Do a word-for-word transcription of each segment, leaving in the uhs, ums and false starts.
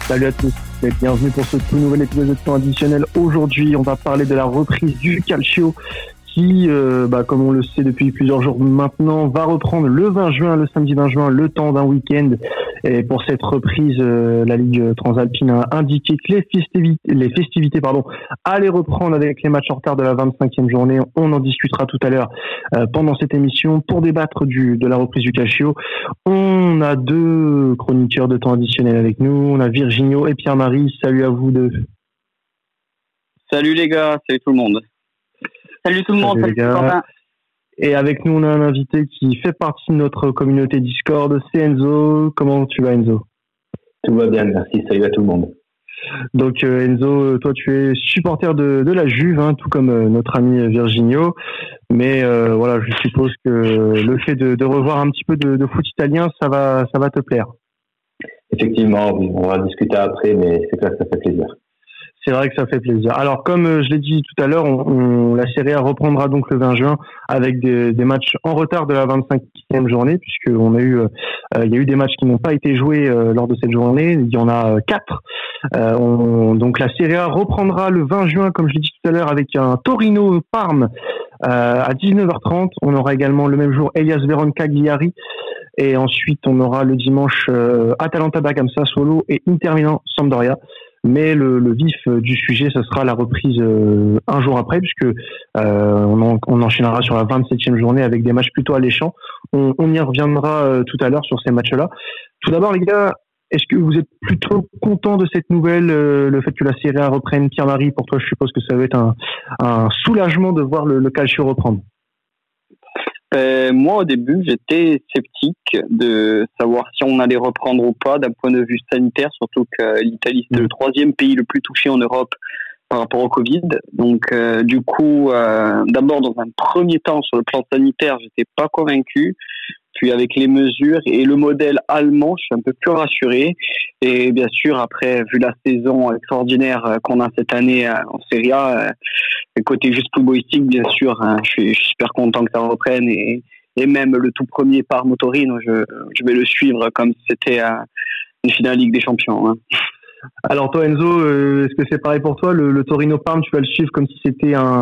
Salut à tous et bienvenue pour ce tout nouvel épisode de temps additionnel. Aujourd'hui, on va parler de la reprise du calcio qui, euh, bah, comme on le sait depuis plusieurs jours maintenant, va reprendre le vingt juin, le samedi vingt juin, le temps d'un week-end. Et pour cette reprise, euh, la Ligue Transalpine a indiqué que les festivités, les festivités pardon, allaient reprendre avec les matchs en retard de la vingt-cinquième journée. On en discutera tout à l'heure euh, pendant cette émission pour débattre du, de la reprise du calcio. On a deux chroniqueurs de temps additionnel avec nous. On a Virginio et Pierre-Marie. Salut à vous deux. Salut les gars, salut tout le monde. Salut tout le monde, salut, salut Quentin. Et avec nous, on a un invité qui fait partie de notre communauté Discord, c'est Enzo. Comment tu vas, Enzo? Tout va bien, merci. Salut à tout le monde. Donc euh, Enzo, toi tu es supporter de, de la Juve, hein, tout comme euh, notre ami Virginio. Mais euh, voilà, je suppose que le fait de, de revoir un petit peu de, de foot italien, ça va, ça va te plaire. Effectivement, oui, on va discuter après, mais c'est clair que ça fait plaisir. C'est vrai que ça fait plaisir. Alors, comme je l'ai dit tout à l'heure, on, on, la Serie A reprendra donc le vingt juin avec des, des matchs en retard de la vingt-cinquième journée, puisqu'on a eu, euh, il y a eu des matchs qui n'ont pas été joués euh, lors de cette journée. Il y en a euh, quatre. Euh, on, donc, la Serie A reprendra le vingt juin, comme je l'ai dit tout à l'heure, avec un Torino-Parme euh, à dix-neuf heures trente. On aura également le même jour Elias Verona-Cagliari. Et ensuite, on aura le dimanche euh, Atalanta-Bergame Sassuolo et Inter Milan-Sampdoria. Mais le, le vif du sujet, ce sera la reprise euh, un jour après, puisque euh, on, en, on enchaînera sur la vingt-septième journée avec des matchs plutôt alléchants. On, on y reviendra euh, tout à l'heure sur ces matchs-là. Tout d'abord, les gars, est-ce que vous êtes plutôt contents de cette nouvelle, euh, le fait que la Serie A reprenne? Pierre-Marie, pour toi, je suppose que ça va être un, un soulagement de voir le, le calcio reprendre. Euh, moi, au début, j'étais sceptique de savoir si on allait reprendre ou pas d'un point de vue sanitaire, surtout que l'Italie, c'est le troisième pays le plus touché en Europe par rapport au Covid. Donc, euh, du coup, euh, d'abord, dans un premier temps, sur le plan sanitaire, j'étais pas convaincu. Puis, avec les mesures et le modèle allemand, je suis un peu plus rassuré. Et bien sûr, après, vu la saison extraordinaire qu'on a cette année en Serie A, côté juste footballistique, bien sûr, hein, je, suis, je suis super content que ça reprenne. Et, et même le tout premier Parme Torino, je, je vais le suivre comme si c'était euh, une finale Ligue des Champions. Hein. Alors toi Enzo, euh, est-ce que c'est pareil pour toi? Le, le Torino Parme, tu vas le suivre comme si c'était un,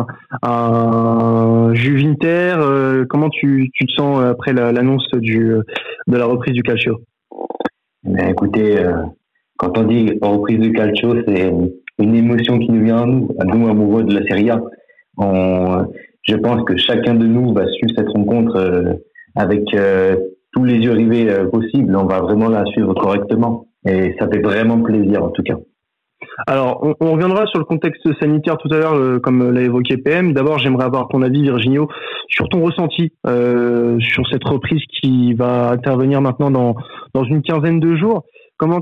un Juve Inter. Euh, comment tu, tu te sens après la, l'annonce du, de la reprise du calcio? Mais écoutez, euh, quand on dit reprise du calcio, c'est une émotion qui nous vient à nous, à nous amoureux de la Serie A. On, je pense que chacun de nous va suivre cette rencontre euh, avec euh, tous les yeux rivés euh, possibles. On va vraiment la suivre correctement. Et ça fait vraiment plaisir, en tout cas. Alors, on, on reviendra sur le contexte sanitaire tout à l'heure, euh, comme l'a évoqué P M. D'abord, j'aimerais avoir ton avis, Virginio, sur ton ressenti euh, sur cette reprise qui va intervenir maintenant dans, dans une quinzaine de jours. Comment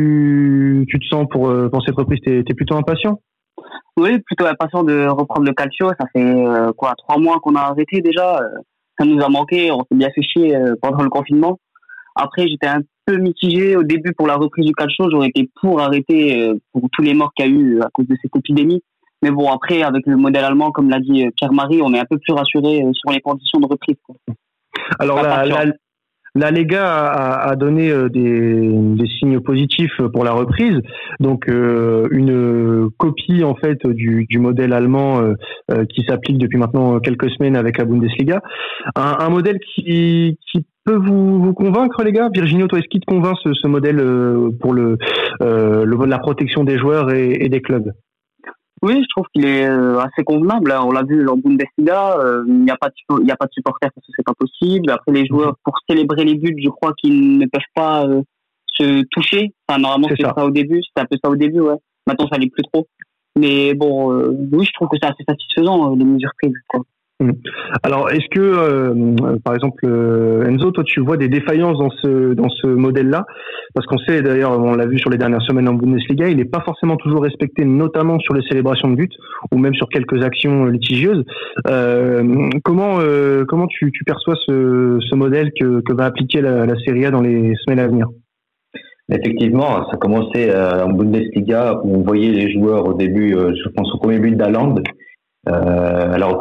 tu, tu te sens pour, pour cette reprise? T'es, t'es plutôt impatient? Oui, plutôt impatient de reprendre le calcio. Ça fait euh, quoi, trois mois qu'on a arrêté déjà. Ça nous a manqué, on s'est bien fait chier euh, pendant le confinement. Après, j'étais un peu mitigé au début pour la reprise du calcio. J'aurais été pour arrêter euh, pour tous les morts qu'il y a eu à cause de cette épidémie. Mais bon, après, avec le modèle allemand, comme l'a dit Pierre-Marie, on est un peu plus rassuré sur les conditions de reprise, quoi. Alors la, la, la Lega a, a donné euh, des, des signes positifs pour la reprise. Donc euh, une copie en fait du, du modèle allemand euh, euh, qui s'applique depuis maintenant quelques semaines avec la Bundesliga. Un, un modèle qui, qui peut vous, vous convaincre, les gars? Virginio, toi, est-ce qu'il te convainc ce, ce modèle euh, pour le, euh, le la protection des joueurs et, et des clubs? Oui, je trouve qu'il est assez convenable. On l'a vu en Bundesliga, euh, il n'y a pas de, il n'y a pas de supporters parce que c'est pas possible. Après, les joueurs, pour célébrer les buts, je crois qu'ils ne peuvent pas euh, se toucher. Enfin, normalement, c'est, c'est ça. ça au début, c'était un peu ça au début, ouais. Maintenant, ça l'est plus trop. Mais bon, euh, oui, je trouve que c'est assez satisfaisant, euh, les mesures prises, quoi. Alors, est-ce que, euh, par exemple, euh, Enzo, toi, tu vois des défaillances dans ce dans ce modèle-là? Parce qu'on sait, d'ailleurs, on l'a vu sur les dernières semaines en Bundesliga, il n'est pas forcément toujours respecté, notamment sur les célébrations de buts ou même sur quelques actions litigieuses. Euh, comment euh, comment tu, tu perçois ce, ce modèle que, que va appliquer la, la Serie A dans les semaines à venir? Effectivement, ça commençait euh, en Bundesliga où on voyait les joueurs au début, euh, je pense au premier but d'Haaland. Euh, alors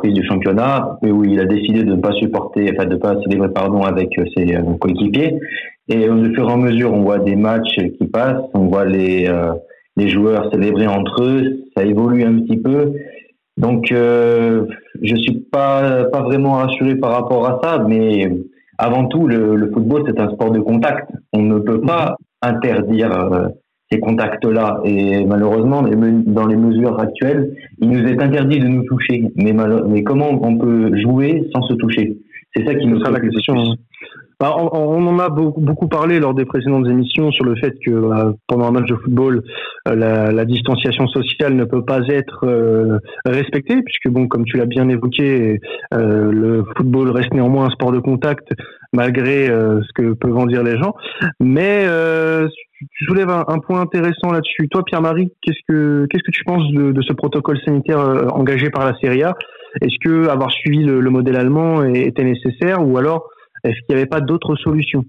reprise du championnat, où il a décidé de ne pas supporter, enfin de ne pas célébrer pardon avec ses euh, coéquipiers. Et au fur et à mesure, on voit des matchs qui passent, on voit les euh, les joueurs célébrer entre eux, ça évolue un petit peu. Donc, euh, je suis pas pas vraiment rassuré par rapport à ça, mais avant tout, le, le football c'est un sport de contact. On ne peut pas interdire euh, ces contacts-là. Et malheureusement, dans les mesures actuelles, il nous est interdit de nous toucher. Mais, mal- mais comment on peut jouer sans se toucher? C'est ça qui nous pose la question. Bah, on, on en a beaucoup, beaucoup parlé lors des précédentes émissions sur le fait que euh, pendant un match de football, euh, la, la distanciation sociale ne peut pas être euh, respectée, puisque bon, comme tu l'as bien évoqué, euh, le football reste néanmoins un sport de contact malgré euh, ce que peuvent en dire les gens. Mais euh, tu soulèves un, un point intéressant là-dessus. Toi, Pierre-Marie, qu'est-ce que qu'est-ce que tu penses de, de ce protocole sanitaire euh, engagé par la Serie A? Est-ce que avoir suivi le, le modèle allemand était nécessaire, ou alors est-ce qu'il n'y avait pas d'autres solutions?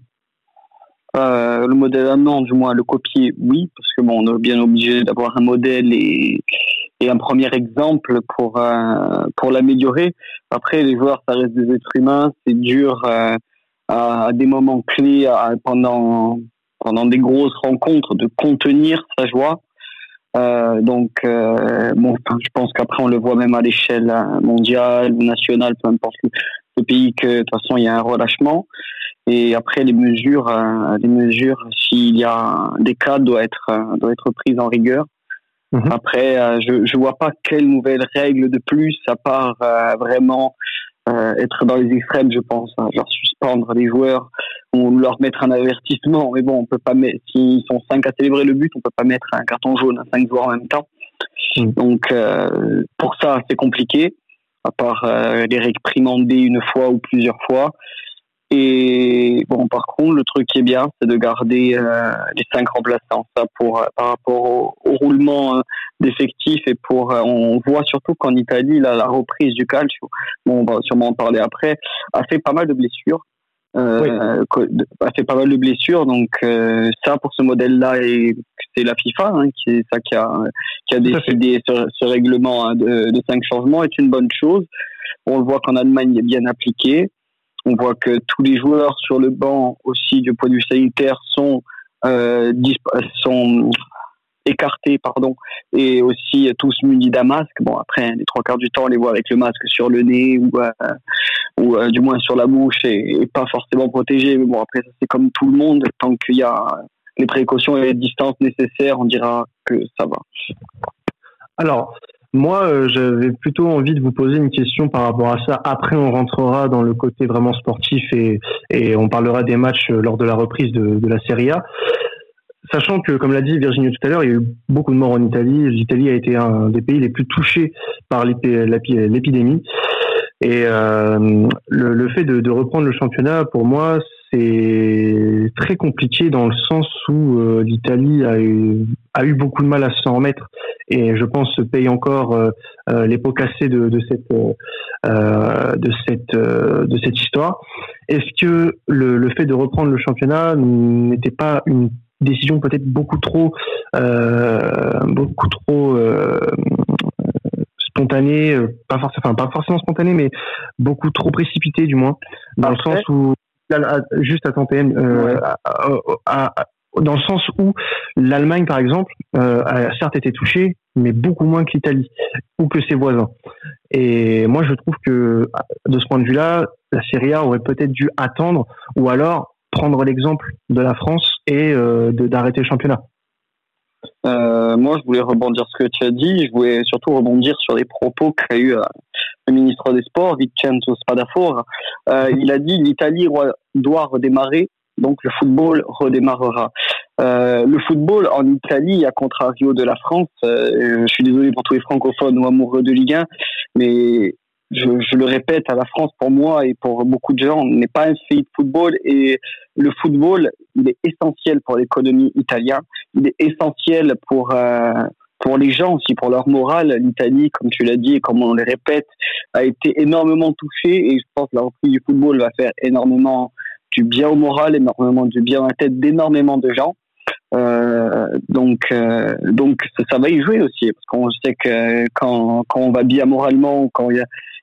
Euh, le modèle allemand, du moins le copier, oui, parce que bon, on est bien obligé d'avoir un modèle et, et un premier exemple pour euh, pour l'améliorer. Après, les joueurs, ça reste des êtres humains, c'est dur euh, à, à des moments clés, à, pendant pendant des grosses rencontres, de contenir sa joie. Euh, donc, euh, bon, je pense qu'après on le voit même à l'échelle mondiale ou nationale, peu importe le, le pays, que de toute façon il y a un relâchement. Et après les mesures, euh, les mesures, s'il y a des cas, doivent être euh, doivent être prises en rigueur. Mmh. Après, euh, je je vois pas quelle nouvelle règle de plus, à part euh, vraiment euh, être dans les extrêmes, je pense, hein, genre suspendre les joueurs ou leur mettre un avertissement. Mais bon, on peut pas mettre, s'ils sont cinq à célébrer le but, on peut pas mettre un carton jaune à cinq joueurs en même temps. Mmh. Donc euh, pour ça, c'est compliqué, à part euh, les réprimander une fois ou plusieurs fois. Et bon, par contre, le truc qui est bien, c'est de garder euh, les cinq remplaçants. Ça, pour euh, par rapport au, au roulement euh, d'effectifs, et pour euh, on voit surtout qu'en Italie, là, la reprise du calcio, bon, on va sûrement en parler après, a fait pas mal de blessures. Euh, oui. a fait pas mal de blessures, donc euh, ça, pour ce modèle-là, et c'est la FIFA hein, qui est ça qui a qui a décidé ce, ce règlement hein, de, de cinq changements, est une bonne chose. On le voit qu'en Allemagne, il est bien appliqué. On voit que tous les joueurs sur le banc aussi du point de vue sanitaire sont euh, disp- sont écartés, pardon, et aussi tous munis d'un masque. Bon, après, les trois quarts du temps, on les voit avec le masque sur le nez ou euh, ou euh, du moins sur la bouche et, et pas forcément protégé. Mais bon, après, ça, c'est comme tout le monde. Tant qu'il y a les précautions et les distances nécessaires, on dira que ça va. Alors, moi, euh, j'avais plutôt envie de vous poser une question par rapport à ça. Après, on rentrera dans le côté vraiment sportif et, et on parlera des matchs lors de la reprise de, de la Serie A. Sachant que, comme l'a dit Virginie tout à l'heure, il y a eu beaucoup de morts en Italie. L'Italie a été un des pays les plus touchés par l'épé- l'épidémie. Et euh, le, le fait de, de reprendre le championnat, pour moi, c'est très compliqué dans le sens où euh, l'Italie a eu, a eu beaucoup de mal à s'en remettre. Et je pense se paye encore euh, euh, les pots cassés de, de cette euh, de cette euh, de cette histoire. Est-ce que le, le fait de reprendre le championnat n'était pas une décision peut-être beaucoup trop euh, beaucoup trop euh, spontanée, pas forcément, enfin pas forcément spontanée, mais beaucoup trop précipitée du moins, dans Après. le sens où juste à temps P M, euh, ouais. à, à, à, dans le sens où l'Allemagne, par exemple, euh, a certes été touchée, mais beaucoup moins que l'Italie ou que ses voisins. Et moi, je trouve que de ce point de vue-là, la Serie A aurait peut-être dû attendre, ou alors prendre l'exemple de la France et euh, de, d'arrêter le championnat. Euh, moi, je voulais rebondir sur ce que tu as dit. Je voulais surtout rebondir sur les propos qu'a eu euh, le ministre des Sports, Vincenzo Spadafora. Euh, il a dit l'Italie doit redémarrer, donc le football redémarrera. Euh, le football en Italie, à contrario de la France, euh, je suis désolé pour tous les francophones ou amoureux de Ligue un, mais je, je le répète, à la France, pour moi et pour beaucoup de gens, n'est pas un pays de football, et le football, il est essentiel pour l'économie italienne, il est essentiel pour euh, pour les gens aussi, pour leur morale. L'Italie, comme tu l'as dit et comme on le répète, a été énormément touchée, et je pense que la reprise du football va faire énormément du bien au moral, énormément du bien à la tête d'énormément de gens. Euh, donc, euh, donc ça, ça va y jouer aussi, parce qu'on sait que quand quand on va bien moralement, quand il y a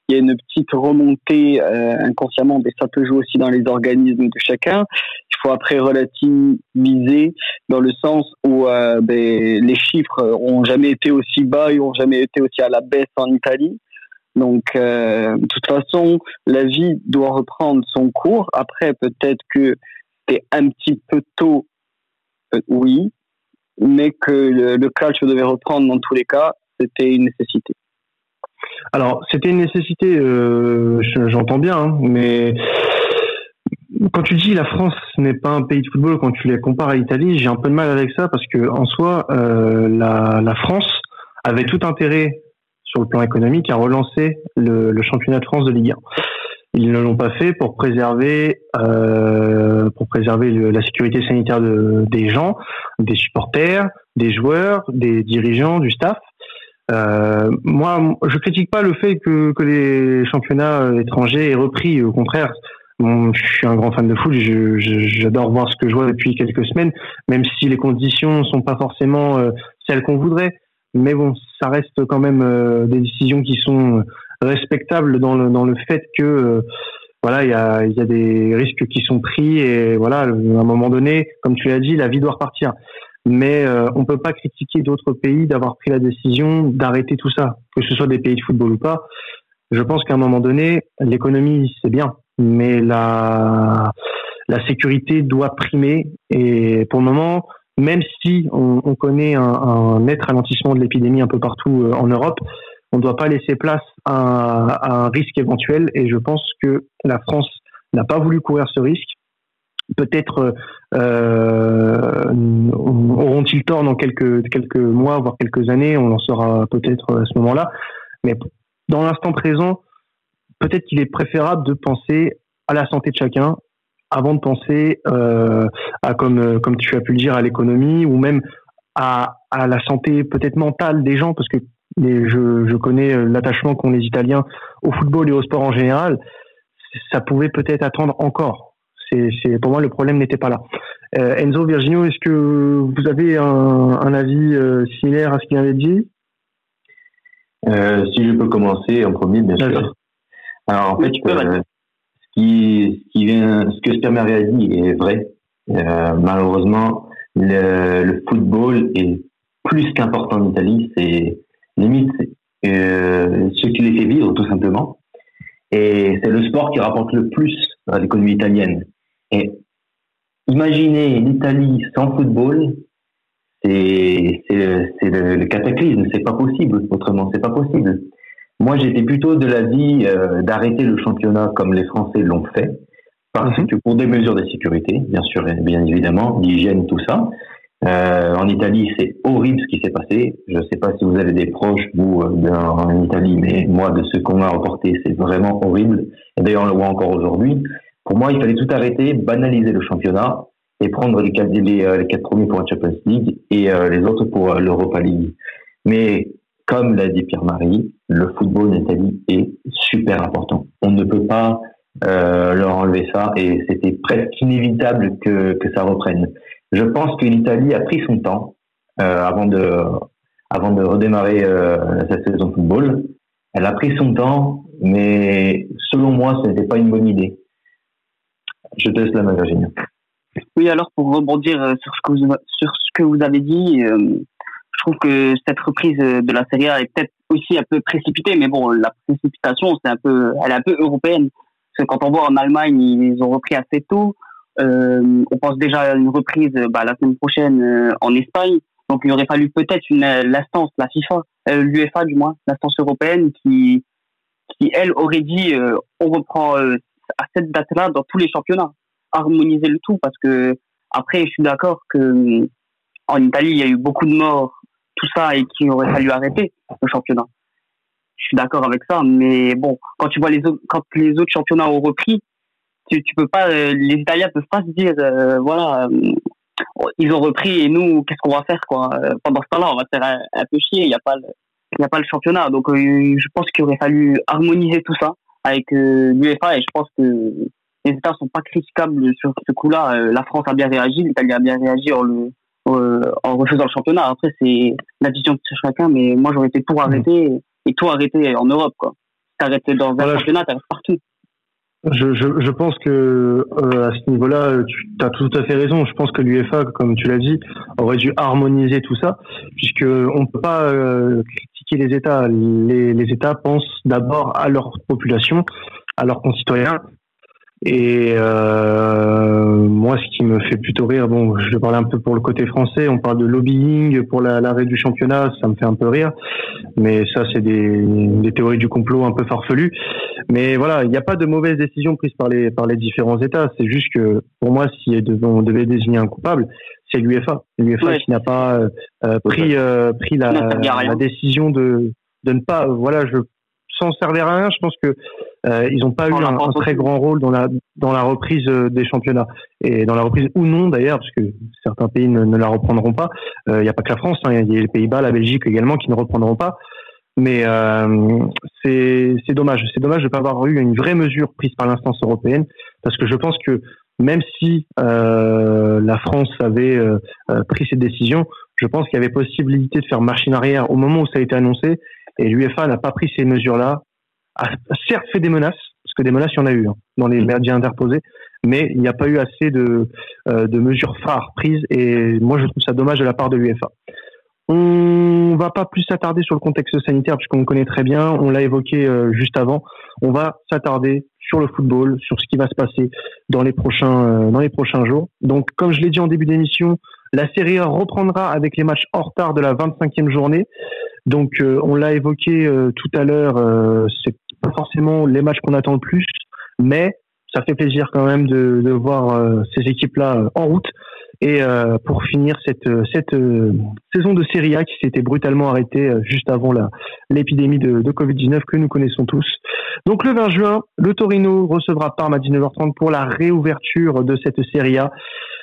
il y a une petite remontée euh, inconsciemment, mais ça peut jouer aussi dans les organismes de chacun. Il faut après relativiser dans le sens où euh, ben, les chiffres ont jamais été aussi bas, ils ont jamais été aussi à la baisse en Italie. Donc, euh, de toute façon, la vie doit reprendre son cours. Après, peut-être que c'est un petit peu tôt, euh, oui, mais que le, le calcio devait reprendre dans tous les cas, c'était une nécessité. Alors, c'était une nécessité, euh, j'entends bien, hein, mais quand tu dis la France n'est pas un pays de football, quand tu les compares à l'Italie, j'ai un peu de mal avec ça parce que en soi, euh, la, la France avait tout intérêt sur le plan économique à relancer le, le championnat de France de Ligue un. Ils ne l'ont pas fait pour préserver, euh, pour préserver le, la sécurité sanitaire de, des gens, des supporters, des joueurs, des dirigeants, du staff. Euh, moi, je critique pas le fait que, que les championnats étrangers aient repris. Au contraire, bon, je suis un grand fan de foot. Je, je, j'adore voir ce que je vois depuis quelques semaines, même si les conditions sont pas forcément euh, celles qu'on voudrait. Mais bon, ça reste quand même euh, des décisions qui sont respectables dans le dans le fait que euh, voilà, il y a il y a des risques qui sont pris et voilà, à un moment donné, comme tu l'as dit, la vie doit repartir. Mais euh, on peut pas critiquer d'autres pays d'avoir pris la décision d'arrêter tout ça, que ce soit des pays de football ou pas. Je pense qu'à un moment donné, l'économie c'est bien, mais la la sécurité doit primer et pour le moment, même si on, on connaît un, un net ralentissement de l'épidémie un peu partout en Europe, on ne doit pas laisser place à, à un risque éventuel. Et je pense que la France n'a pas voulu courir ce risque. Peut-être euh, auront-ils tort dans quelques, quelques mois, voire quelques années. On en saura peut-être à ce moment-là. Mais dans l'instant présent, peut-être qu'il est préférable de penser à la santé de chacun avant de penser euh, à, comme comme tu as pu le dire, à l'économie ou même à, à la santé peut-être mentale des gens, parce que les, je, je connais l'attachement qu'ont les Italiens au football et au sport en général. Ça pouvait peut-être attendre encore. C'est, c'est pour moi le problème n'était pas là. Euh, Enzo, Virginio, est-ce que vous avez un, un avis euh, similaire à ce qu'il avait dit? euh, Si je peux commencer en premier, bien sûr. sûr. Alors en fait, euh, ce qui, ce qui vient, ce que Spermari a dit est vrai. Euh, malheureusement, le, le football est plus qu'important en Italie. C'est limite euh, ce qui les fait vivre, tout simplement. Et c'est le sport qui rapporte le plus à l'économie italienne. Et imaginez l'Italie sans football, c'est, c'est, c'est le, le cataclysme. C'est pas possible autrement. C'est pas possible. Moi, j'étais plutôt de l'avis euh, d'arrêter le championnat comme les Français l'ont fait, parce que pour des mesures de sécurité, bien sûr, bien évidemment, d'hygiène, tout ça. Euh, en Italie, c'est horrible ce qui s'est passé. Je ne sais pas si vous avez des proches, vous, euh, en Italie, mais moi, de ce qu'on a reporté, c'est vraiment horrible. Et d'ailleurs, on le voit encore aujourd'hui. Pour moi, il fallait tout arrêter, banaliser le championnat et prendre les quatre, les, les quatre premiers pour la Champions League et euh, les autres pour euh, l'Europa League. Mais comme l'a dit Pierre-Marie, le football en Italie est super important. On ne peut pas euh, leur enlever ça et c'était presque inévitable que, que ça reprenne. Je pense que l'Italie a pris son temps euh, avant de avant de redémarrer euh, cette saison de football. Elle a pris son temps, mais selon moi, ce n'était pas une bonne idée. Je te laisse la main, Virginie. Oui, alors pour rebondir sur ce que vous, sur ce que vous avez dit, euh, je trouve que cette reprise de la Serie A est peut-être aussi un peu précipitée, mais bon, la précipitation, c'est un peu, elle est un peu européenne. Parce que quand on voit en Allemagne, ils ont repris assez tôt. Euh, on pense déjà à une reprise bah, la semaine prochaine euh, en Espagne. Donc il aurait fallu peut-être une l'instance, la FIFA, euh, l'UEFA du moins, l'instance européenne qui, qui elle aurait dit euh, on reprend euh, à cette date-là dans tous les championnats, harmoniser le tout, parce que après je suis d'accord que en Italie il y a eu beaucoup de morts, tout ça, et qu'il aurait fallu arrêter le championnat. Je suis d'accord avec ça, mais bon, quand tu vois les autres, quand les autres championnats ont repris, tu, tu peux pas, euh, les Italiens peuvent pas se dire, euh, voilà, euh, ils ont repris et nous, qu'est-ce qu'on va faire, quoi. Euh, pendant ce temps-là, on va se faire un, un peu chier. Il y a pas, il y a pas le championnat, donc euh, je pense qu'il aurait fallu harmoniser tout ça avec euh, l'UEFA, et je pense que les États sont pas critiquables sur ce coup-là. Euh, la France a bien réagi, l'Italie a bien réagi en le euh, en refaisant le championnat. Après, c'est la décision de chacun, mais moi j'aurais été pour arrêter et tout arrêter en Europe, quoi. t'arrêtes dans un voilà, championnat, t'arrêtes partout. Je, je, je pense que euh, à ce niveau-là, tu as tout à fait raison. Je pense que l'UEFA, comme tu l'as dit, aurait dû harmoniser tout ça, puisque on peut pas euh, critiquer les États. Les, les États pensent d'abord à leur population, à leurs concitoyens. Et euh, moi, ce qui me fait plutôt rire, bon, je vais parler un peu pour le côté français. On parle de lobbying pour la, l'arrêt du championnat, ça me fait un peu rire. Mais ça, c'est des, des théories du complot un peu farfelues. Mais voilà, il n'y a pas de mauvaise décision prise par les par les différents États. C'est juste que pour moi, si on devait désigner un coupable, c'est l'UEFA. L'UEFA ouais. qui n'a pas euh, pris euh, pris la, non, la décision de de ne pas. Voilà, je sans servir à rien. Je pense que euh, ils n'ont pas oh, eu un, un très grand rôle dans la dans la reprise des championnats et dans la reprise ou non d'ailleurs, parce que certains pays ne, ne la reprendront pas. Il euh, n'y a pas que la France, hein, il y a les Pays-Bas, la Belgique également qui ne reprendront pas. Mais euh, c'est c'est dommage, c'est dommage de ne pas avoir eu une vraie mesure prise par l'instance européenne, parce que je pense que même si euh, la France avait euh, pris cette décision, je pense qu'il y avait possibilité de faire machine arrière au moment où ça a été annoncé, et l'UEFA n'a pas pris ces mesures-là, a certes fait des menaces, parce que des menaces il y en a eu hein, dans les médias interposés, mais il n'y a pas eu assez de, euh, de mesures phares prises, et moi je trouve ça dommage de la part de l'UEFA. On va pas plus s'attarder sur le contexte sanitaire puisqu'on le connaît très bien, on l'a évoqué euh, juste avant. On va s'attarder sur le football, sur ce qui va se passer dans les prochains euh, dans les prochains jours. Donc comme je l'ai dit en début d'émission, la Serie A reprendra avec les matchs en retard de la vingt-cinquième journée. Donc euh, on l'a évoqué euh, tout à l'heure, euh, c'est pas forcément les matchs qu'on attend le plus, mais ça fait plaisir quand même de, de voir euh, ces équipes-là euh, en route. Et euh, pour finir cette cette euh, saison de Serie A qui s'était brutalement arrêtée euh, juste avant la l'épidémie de, de covid dix-neuf que nous connaissons tous. Donc le vingt juin, le Torino recevra Parme à dix-neuf heures trente pour la réouverture de cette Serie A.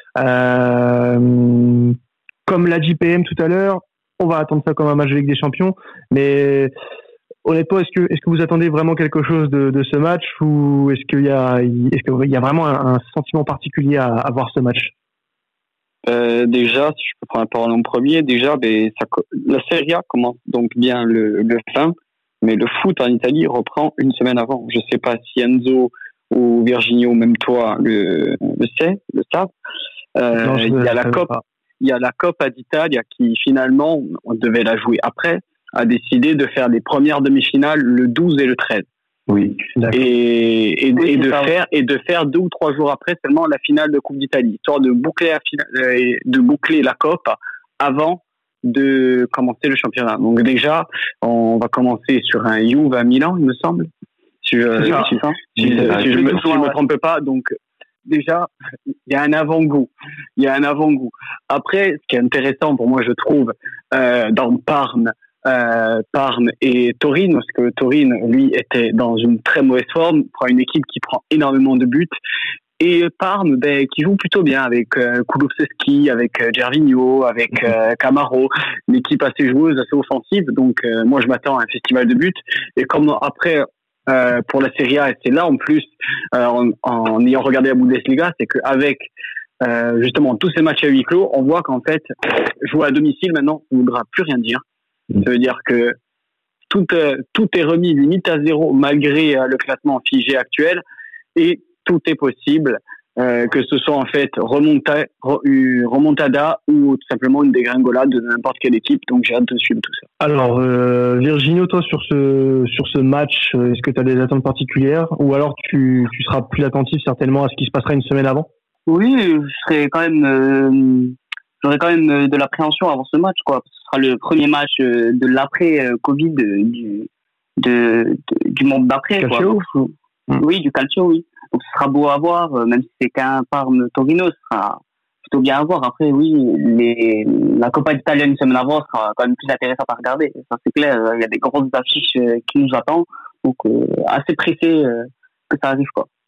Euh, comme l'a dit P M tout à l'heure, on va attendre ça comme un match de Ligue des Champions, mais honnêtement, est-ce que est-ce que vous attendez vraiment quelque chose de, de ce match, ou est-ce qu'il y a est-ce qu'il y a vraiment un, un sentiment particulier à, à voir ce match? Euh, déjà, si je peux prendre la parole en premier, déjà, ben, ça, la Serie A commence donc bien le, le vingt, mais le foot en Italie reprend une semaine avant. Je sais pas si Enzo ou Virginio, même toi, le, le sait, le savent. Euh, non, il y a la Coppa, il y a la Coppa d'Italia qui finalement, on devait la jouer après, a décidé de faire les premières demi-finales le douze et le treize. Oui. Et, et, oui, et de faire et de faire deux ou trois jours après seulement la finale de Coupe d'Italie, histoire de boucler la finale, de boucler la Coupe avant de commencer le championnat. Donc déjà, on va commencer sur un Juve à Milan, il me semble. Si je si, si, si, si, si je me, si je me trompe pas, donc déjà il y a un avant-goût. Il y a un avant-goût. Après, ce qui est intéressant pour moi, je trouve, euh, dans Parme. Euh, Parme et Torino, parce que Torino, lui, était dans une très mauvaise forme, prend une équipe qui prend énormément de buts, et Parme, ben, qui joue plutôt bien avec euh, Kulusevski, avec euh, Gervinho, avec euh, Camaro, une équipe assez joueuse, assez offensive, donc euh, moi je m'attends à un festival de buts, et comme après, euh, pour la Serie A, et c'est là en plus, euh, en, en ayant regardé la Bundesliga, c'est qu'avec euh, justement tous ces matchs à huis clos, on voit qu'en fait, jouer à domicile maintenant, ça ne voudra plus rien dire. Ça veut dire que tout, euh, tout est remis limite à zéro malgré euh, le classement figé actuel, et tout est possible, euh, que ce soit en fait remonta, remontada ou tout simplement une dégringolade de n'importe quelle équipe. Donc j'ai hâte de suivre tout ça. Alors euh, Virginio, toi sur ce sur ce match, est-ce que tu as des attentes particulières, ou alors tu, tu seras plus attentif certainement à ce qui se passera une semaine avant? Oui, je serai quand même euh... j'aurais quand même de l'appréhension avant ce match, quoi. Ce sera le premier match de l'après-Covid du, de, de, du monde d'après, Calcio. Quoi. Donc, oui, du calcio, oui. Donc, ce sera beau à voir, même si c'est qu'un Parme-Torino, ce sera plutôt bien à voir. Après, oui, les, la Coppa d'Italia une semaine avant sera quand même plus intéressante à regarder. Ça, c'est clair. Il y a des grosses affiches qui nous attendent. Donc, euh, assez pressé euh, que ça arrive, quoi.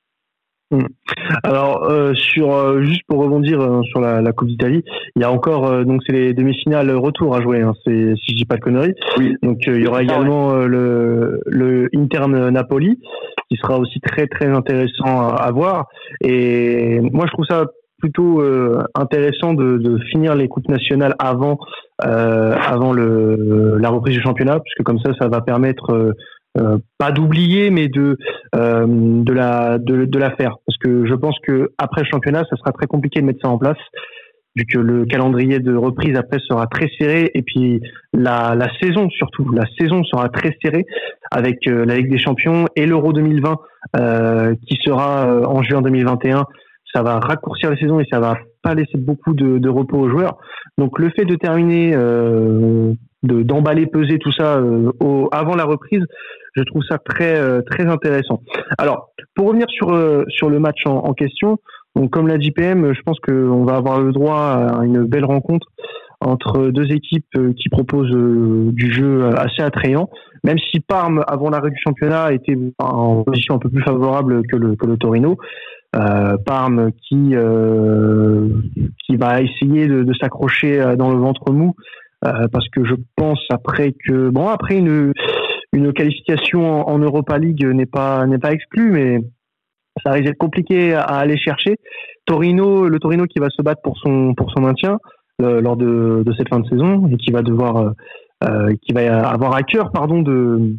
Alors euh, sur euh, juste pour rebondir euh, sur la, la Coupe d'Italie, il y a encore euh, donc c'est les demi-finales retour à jouer, hein, c'est, si je dis pas de conneries. Oui. Donc euh, il y aura également euh, le le Inter Napoli qui sera aussi très très intéressant à, à voir. Et moi je trouve ça plutôt euh, intéressant de, de finir les coupes nationales avant euh, avant le la reprise du championnat, puisque comme ça ça va permettre euh, euh, pas d'oublier, mais de euh, de la de, de la faire, parce que je pense que après le championnat, ça sera très compliqué de mettre ça en place, vu que le calendrier de reprise après sera très serré, et puis la la saison surtout, la saison sera très serrée avec euh, la Ligue des Champions et l'Euro deux mille vingt euh, qui sera euh, en juin deux mille vingt et un. Ça va raccourcir la saison et ça va pas laisser beaucoup de, de repos aux joueurs. Donc le fait de terminer, euh, de d'emballer, peser tout ça euh, au, avant la reprise, je trouve ça très euh, très intéressant. Alors pour revenir sur euh, sur le match en, en question, donc comme l'a dit P M, je pense qu'on va avoir le droit à une belle rencontre entre deux équipes qui proposent euh, du jeu assez attrayant. Même si Parme avant l'arrêt du championnat était en position un peu plus favorable que le que le Torino. Euh, Parme qui euh, qui va essayer de, de s'accrocher dans le ventre mou euh, parce que je pense après que bon après une une qualification en, en Europa League n'est pas n'est pas exclue, mais ça risque d'être compliqué à aller chercher. Torino, le Torino qui va se battre pour son pour son maintien euh, lors de de cette fin de saison et qui va devoir euh, qui va avoir à cœur pardon de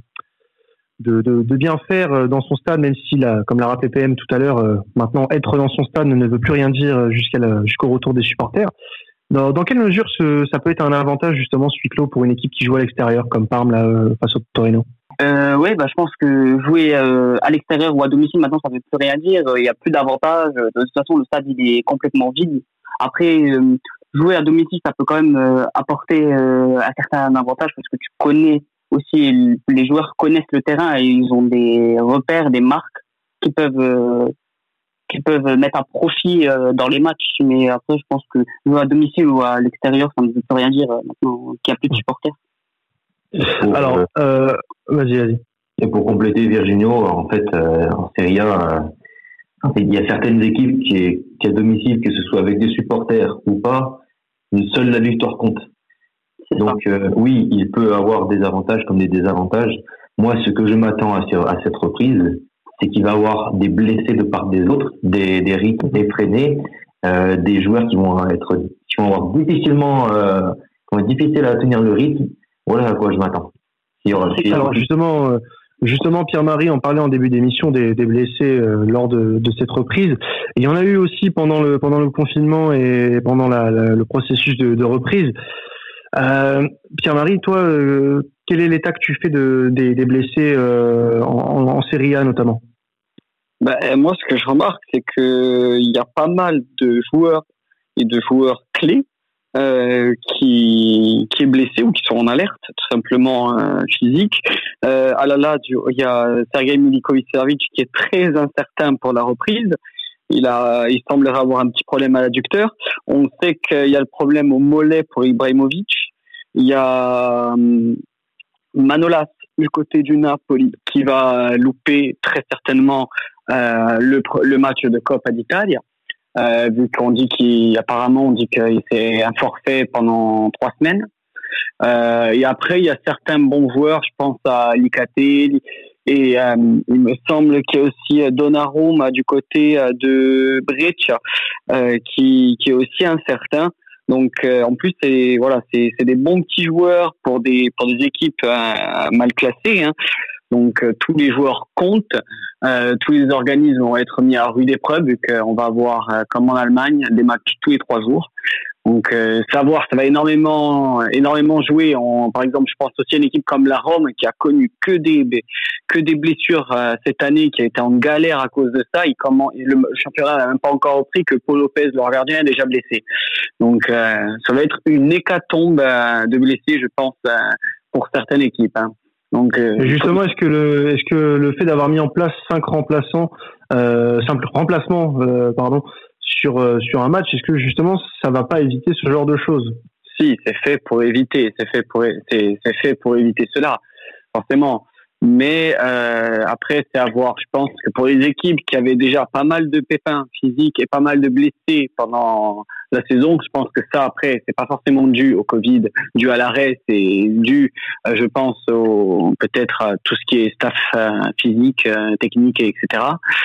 De, de, de bien faire dans son stade, même si, là, comme l'a rappelé P M tout à l'heure, euh, maintenant être dans son stade ne veut plus rien dire jusqu'à la, jusqu'au retour des supporters. Dans, dans quelle mesure ce, ça peut être un avantage justement ce huis clos pour une équipe qui joue à l'extérieur comme Parme là, euh, face au Torino? Euh, oui, bah, je pense que jouer euh, à l'extérieur ou à domicile, maintenant, ça ne veut plus rien dire. Il n'y a plus d'avantage. De toute façon, le stade, il est complètement vide. Après, euh, jouer à domicile, ça peut quand même euh, apporter euh, un certain avantage parce que tu connais aussi, les joueurs connaissent le terrain et ils ont des repères, des marques qui peuvent euh, qui peuvent mettre à profit euh, dans les matchs. Mais après, je pense que jouer à domicile ou à l'extérieur, ça ne veut plus rien dire euh, maintenant qu'il n'y a plus de supporters. Pour, Alors, euh, euh, vas-y, vas-y. Et pour compléter, Virginio, en fait, euh, en Serie A, euh, en fait, il y a certaines équipes qui, qui à domicile, que ce soit avec des supporters ou pas, seule la victoire compte. Donc euh, oui, il peut avoir des avantages comme des désavantages. Moi, ce que je m'attends à, à cette reprise, c'est qu'il va y avoir des blessés de part des autres, des, des rythmes effrénés, euh, des joueurs qui vont être, qui vont avoir difficilement, euh, qui vont être difficiles à tenir le rythme. Voilà à quoi je m'attends. Si aura, si Alors justement, euh, justement, Pierre-Marie en parlait en début d'émission des, des blessés euh, lors de, de cette reprise. Et il y en a eu aussi pendant le pendant le confinement et pendant la, la, le processus de, de reprise. Euh, Pierre-Marie, toi, euh, quel est l'état que tu fais de, des, des blessés euh, en, en Serie A notamment? Ben, moi, ce que je remarque, c'est que il y a pas mal de joueurs et de joueurs clés euh, qui qui est blessé ou qui sont en alerte, tout simplement euh, physique. Euh, à la là, il y a Sergei Milinkovic-Savic qui est très incertain pour la reprise. Il a, il semblerait avoir un petit problème à l'adducteur. On sait qu'il y a le problème au mollet pour Ibrahimovic. Il y a hum, Manolas du côté du Napoli qui va louper très certainement euh, le, le match de Coppa d'Italia. Euh, vu qu'on dit qu'apparemment on dit qu'il c'est un forfait pendant trois semaines. Euh, et après il y a certains bons joueurs, je pense à Licatelli. Et euh, il me semble qu'il y a aussi Donnarumma du côté de Brescia euh, qui, qui est aussi incertain. Donc euh, en plus c'est voilà c'est, c'est des bons petits joueurs pour des pour des équipes euh, mal classées. Hein. Donc euh, tous les joueurs comptent, euh, tous les organismes vont être mis à rude épreuve vu qu'on va avoir euh, comme en Allemagne des matchs tous les trois jours. Donc euh, savoir, ça va énormément énormément jouer. En, par exemple, je pense aussi à une équipe comme la Rome qui a connu que des que des blessures euh, cette année, qui a été en galère à cause de ça. Il comment le championnat n'a même pas encore repris que Paul Lopez, leur gardien, est déjà blessé. Donc euh, ça va être une hécatombe euh, de blessés, je pense, euh, pour certaines équipes. Hein. Donc euh, justement, est-ce que le est-ce que le fait d'avoir mis en place cinq remplaçants, euh, simple remplacement, euh, pardon. sur euh, sur un match, est-ce que justement ça va pas éviter ce genre de choses? Si, c'est fait pour éviter, c'est fait pour c'est c'est fait pour éviter cela, forcément. Mais euh, après, c'est à voir. Je pense que pour les équipes qui avaient déjà pas mal de pépins physiques et pas mal de blessés pendant la saison, je pense que ça, après, c'est pas forcément dû au Covid, dû à l'arrêt, c'est dû, euh, je pense, au, peut-être à tout ce qui est staff euh, physique, euh, technique, et cetera, qui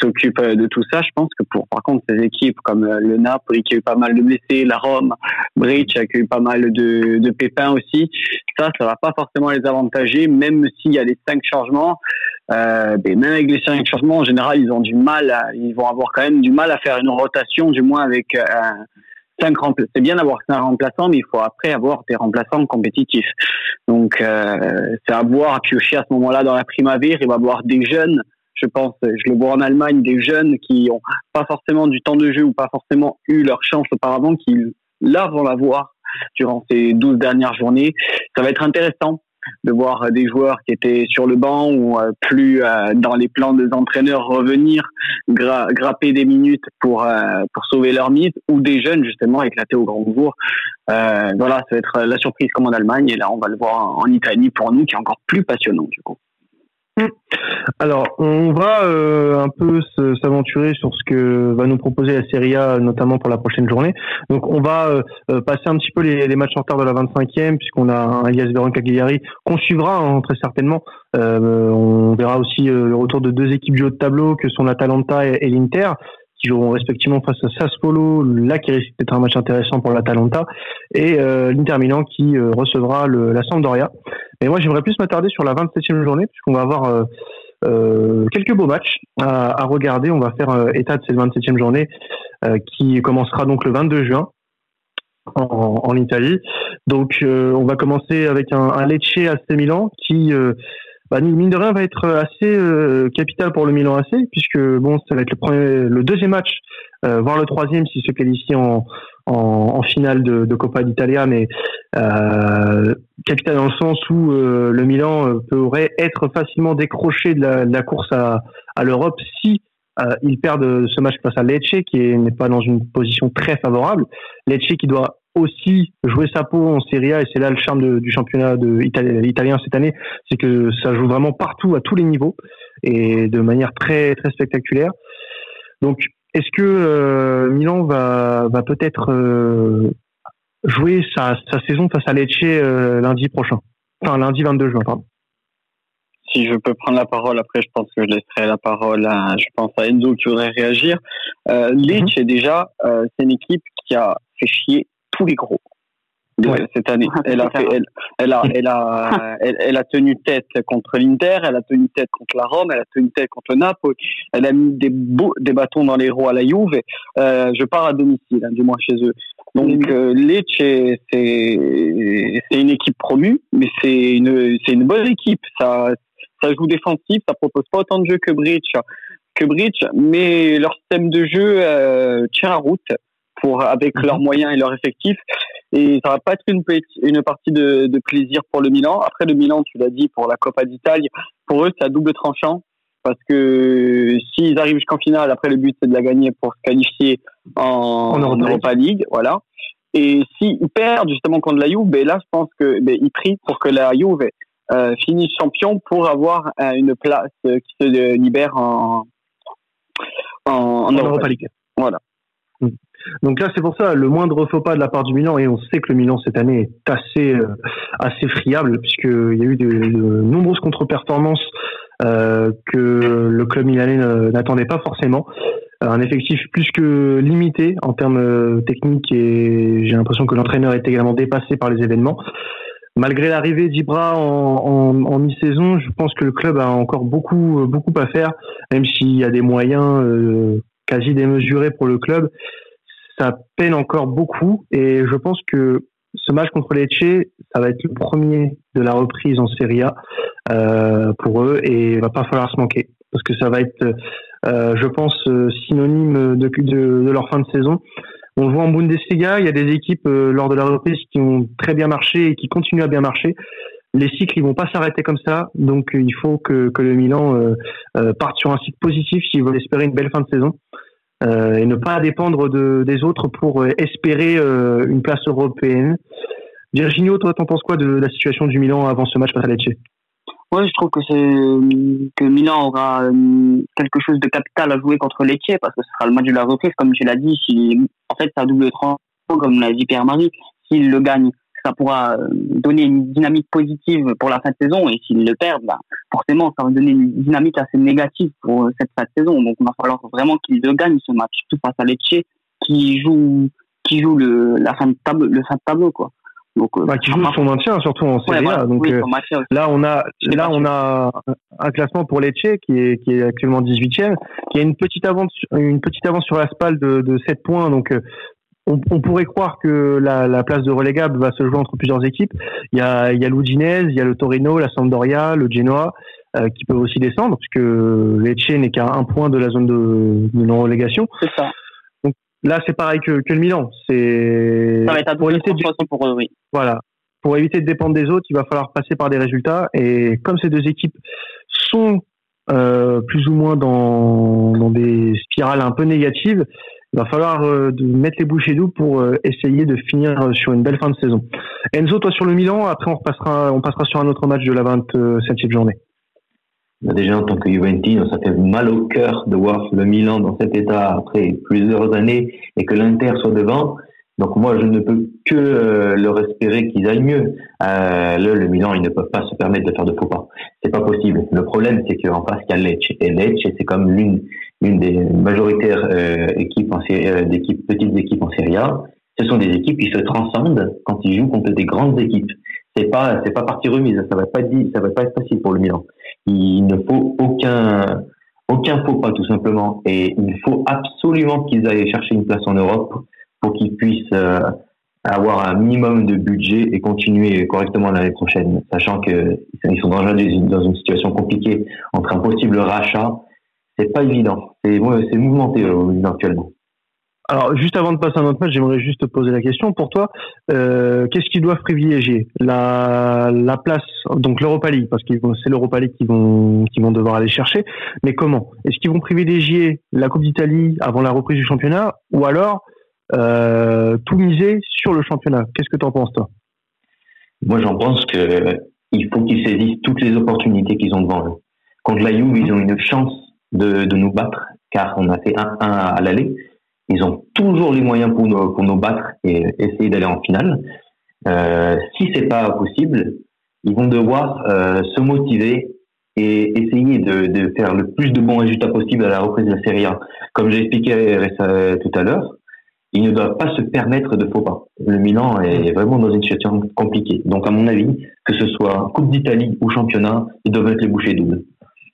s'occupe de tout ça. Je pense que pour, par contre, ces équipes comme le Napoli qui a eu pas mal de blessés, la Rome, Bridge qui a eu pas mal de, de pépins aussi, ça, ça va pas forcément les avantager, même s'il y a les cinq changements. Euh, mais même avec les cinq changements, en général, ils ont du mal, à, ils vont avoir quand même du mal à faire une rotation, du moins avec un cinq remplaçants. C'est bien d'avoir cinq remplaçants, mais il faut après avoir des remplaçants compétitifs. Donc, euh, c'est à voir, à piocher à ce moment-là dans la Primavera. Il va y avoir des jeunes, je pense, je le vois en Allemagne, des jeunes qui ont pas forcément du temps de jeu ou pas forcément eu leur chance auparavant, qui là vont l'avoir durant ces douze dernières journées. Ça va être intéressant de voir des joueurs qui étaient sur le banc ou euh, plus euh, dans les plans des entraîneurs revenir gra- grapper des minutes pour euh, pour sauver leur mise, ou des jeunes justement éclatés au grand jour. Euh, voilà, ça va être la surprise comme en Allemagne, et là on va le voir en Italie pour nous, qui est encore plus passionnant du coup. Alors, on va euh, un peu se, s'aventurer sur ce que va nous proposer la Serie A, notamment pour la prochaine journée. Donc, on va euh, passer un petit peu les, les matchs en retard de la vingt-cinquième, puisqu'on a un Hellas Vérone Cagliari qu'on suivra hein, très certainement. Euh, on verra aussi euh, le retour de deux équipes du haut de tableau, que sont l'Atalanta et, et l'Inter, qui joueront respectivement face à Sassuolo, là qui risque d'être un match intéressant pour l'Atalanta, et euh, l'Inter Milan qui euh, recevra le, la Sampdoria. Et moi, j'aimerais plus m'attarder sur la vingt-septième journée, puisqu'on va avoir euh, euh, quelques beaux matchs à, à regarder. On va faire euh, état de cette vingt-septième journée euh, qui commencera donc le vingt-deux juin en, en Italie. Donc, euh, on va commencer avec un, un Lecce A C Milan qui, euh, bah, mine de rien, va être assez euh, capital pour le Milan A C, puisque bon, ça va être le premier, le deuxième match, euh, voire le troisième s'il se qualifie en En, en finale de, de Coppa d'Italia, mais euh, capital dans le sens où euh, le Milan euh, pourrait être facilement décroché de la, de la course à, à l'Europe si euh, ils perdent ce match face à Lecce, qui est, n'est pas dans une position très favorable. Lecce qui doit aussi jouer sa peau en Serie A, et c'est là le charme de, du championnat de Itali- italien cette année, c'est que ça joue vraiment partout à tous les niveaux et de manière très très spectaculaire. Donc est-ce que euh, Milan va, va peut-être euh, jouer sa, sa saison face à Lecce euh, lundi prochain, enfin lundi vingt-deux juin, pardon. Si je peux prendre la parole, après je pense que je laisserai la parole à, je pense à Enzo qui voudrait réagir. Euh, Lecce mm-hmm. déjà, euh, c'est une équipe qui a fait chier tous les gros. Ouais. Cette année, elle a, fait, elle, elle a, elle a, elle, elle a tenu tête contre l'Inter, elle a tenu tête contre la Rome, elle a tenu tête contre le Napoli, elle a mis des, beaux, des bâtons dans les roues à la Juve. Euh, je pars à domicile, hein, du moins chez eux. Donc euh, Lecce, c'est, c'est une équipe promue, mais c'est une, c'est une bonne équipe. Ça, ça joue défensif, ça propose pas autant de jeux que Bridge, que Bridge, mais leur système de jeu euh, tient la route. Pour, avec leurs moyens et leurs effectifs, et ça va pas être une, une partie de, de plaisir pour le Milan. Après le Milan, tu l'as dit, pour la Coppa d'Italie, pour eux c'est à double tranchant, parce que s'ils arrivent jusqu'en finale, après le but c'est de la gagner pour se qualifier en, en Europa, Europa League, voilà. Et s'ils perdent justement contre la Juve, ben là je pense que ben, ils prient pour que la Juve euh, finisse champion pour avoir euh, une place euh, qui se libère en en, en, en Europa League. Voilà. Donc là, c'est pour ça, le moindre faux pas de la part du Milan, et on sait que le Milan cette année est assez euh, assez friable, puisqu'il y a eu de, de nombreuses contre-performances euh, que le club milanais n'attendait pas forcément. Un effectif plus que limité en termes techniques, et j'ai l'impression que l'entraîneur est également dépassé par les événements. Malgré l'arrivée d'Ibra en, en, en mi-saison, je pense que le club a encore beaucoup beaucoup à faire, même s'il y a des moyens euh, quasi démesurés pour le club. Ça peine encore beaucoup, et je pense que ce match contre Lecce, ça va être le premier de la reprise en Serie A euh, pour eux, et il va pas falloir se manquer, parce que ça va être, euh, je pense, synonyme de, de, de leur fin de saison. On le voit en Bundesliga, il y a des équipes euh, lors de la reprise qui ont très bien marché et qui continuent à bien marcher. Les cycles, ils vont pas s'arrêter comme ça, donc euh, il faut que, que le Milan euh, euh, parte sur un cycle positif s'il veut espérer une belle fin de saison. Euh, et ne pas dépendre de, des autres pour euh, espérer euh, une place européenne. Virginio, toi, t'en penses quoi de la situation du Milan avant ce match face à Lecce? Ouais, je trouve que c'est que Milan aura quelque chose de capital à jouer contre Lecce, parce que ce sera le match de la reprise, comme tu l'as dit. Si, en fait, c'est à double tranchant, comme l'a dit Pierre-Marie. S'il le gagne, ça pourra donner une dynamique positive pour la fin de saison. Et s'ils le perdent, bah, forcément, ça va donner une dynamique assez négative pour cette fin de saison. Donc, il va falloir vraiment qu'ils le gagnent, ce match, surtout face à Lecce, qui joue, qui joue le, la fin de tableau, le fin de tableau, quoi. Donc, bah, qui joue son maintien, surtout en Serie A. Ouais, voilà. Donc, oui, euh, là, on a, là, on a un classement pour Lecce qui est, qui est actuellement dix-huitième, qui a une petite avance, une petite avance sur la Spal de, de sept points. Donc, euh, On, on pourrait croire que la, la place de relégable va se jouer entre plusieurs équipes. Il y a, il y a l'Udinese, il y a le Torino, la Sampdoria, le Genoa, euh, qui peuvent aussi descendre, puisque Lecce n'est qu'à un point de la zone de, de non-relégation. C'est ça. Donc là, c'est pareil que, que le Milan. C'est ça va être pour éviter de... pour eux, oui. Voilà. Pour éviter de dépendre des autres, il va falloir passer par des résultats. Et comme ces deux équipes sont euh, plus ou moins dans, dans des spirales un peu négatives, il va falloir euh, de mettre les bouchées doubles pour euh, essayer de finir euh, sur une belle fin de saison. Enzo, toi sur le Milan, après on repassera, on passera sur un autre match de la vingt-septième journée. Déjà en tant que Juventino, ça fait mal au cœur de voir le Milan dans cet état après plusieurs années et que l'Inter soit devant. Donc moi, je ne peux que euh, leur espérer qu'ils aillent mieux. Euh, là, le Milan, ils ne peuvent pas se permettre de faire de faux pas. C'est pas possible. Le problème, c'est qu'en face, il y a Lecce. Et Lecce, c'est comme l'une, l'une des majoritaires euh, équipes en série, euh, d'équipes, petites équipes en Serie A. Ce sont des équipes qui se transcendent quand ils jouent contre des grandes équipes. C'est pas, c'est pas partie remise. Ça va pas être, ça va pas être facile pour le Milan. Il ne faut aucun, aucun faux pas, tout simplement. Et il faut absolument qu'ils aillent chercher une place en Europe pour qu'ils puissent euh, avoir un minimum de budget et continuer correctement l'année prochaine, sachant qu'ils sont déjà dans une situation compliquée entre un possible rachat. C'est pas évident, c'est, c'est mouvementé euh, actuellement. Alors, juste avant de passer à notre match, j'aimerais juste te poser la question. Pour toi, euh, qu'est-ce qu'ils doivent privilégier ? La, la place, donc l'Europa League, parce que c'est l'Europa League qu'ils vont, qu'ils vont devoir aller chercher. Mais comment ? Est-ce qu'ils vont privilégier la Coupe d'Italie avant la reprise du championnat, ou alors Euh, tout miser sur le championnat? Qu'est-ce que tu en penses, toi? Moi, j'en pense que il faut qu'ils saisissent toutes les opportunités qu'ils ont devant eux. Contre la Juve, ils ont une chance de, de nous battre, car on a fait un un à l'aller. Ils ont toujours les moyens pour nous, pour nous battre et essayer d'aller en finale. Euh, si c'est pas possible, ils vont devoir euh, se motiver et essayer de, de faire le plus de bons résultats possible à la reprise de la Serie A. Comme j'ai expliqué tout à l'heure, ils ne doivent pas se permettre de faux pas. Le Milan est vraiment dans une situation compliquée. Donc, à mon avis, que ce soit Coupe d'Italie ou championnat, ils doivent être les bouchées doubles.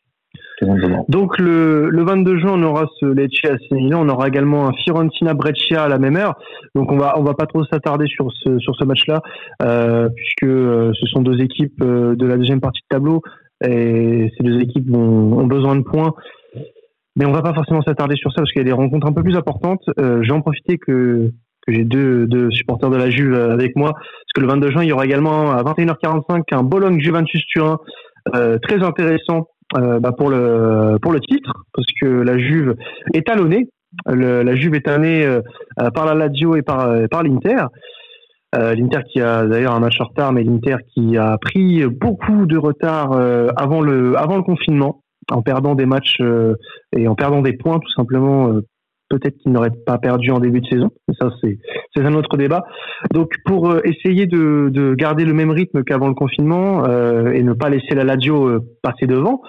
Donc, le, le vingt-deux juin, on aura ce Lecce à Milan. On aura également un Fiorentina-Brescia à la même heure. Donc, on va, on va pas trop s'attarder sur ce, sur ce match-là, euh, puisque euh, ce sont deux équipes euh, de la deuxième partie de tableau. Et ces deux équipes ont, ont besoin de points. Mais on va pas forcément s'attarder sur ça parce qu'il y a des rencontres un peu plus importantes. Euh, je vais en profiter que, que j'ai deux, deux supporters de la Juve avec moi. Parce que le vingt-deux juin, il y aura également à vingt et une heures quarante-cinq un Bologne-Juventus-Turin euh, très intéressant euh, bah pour le pour le titre. Parce que la Juve est talonnée. Le, la Juve est talonnée euh, par la Lazio et par, euh, par l'Inter. Euh, L'Inter qui a d'ailleurs un match en retard, mais l'Inter qui a pris beaucoup de retard euh, avant le avant le confinement, en perdant des matchs euh, et en perdant des points tout simplement. Euh, peut-être qu'ils n'auraient pas perdu en début de saison, mais ça c'est c'est un autre débat. Donc pour euh, essayer de, de garder le même rythme qu'avant le confinement euh, et ne pas laisser la Lazio euh, passer devant,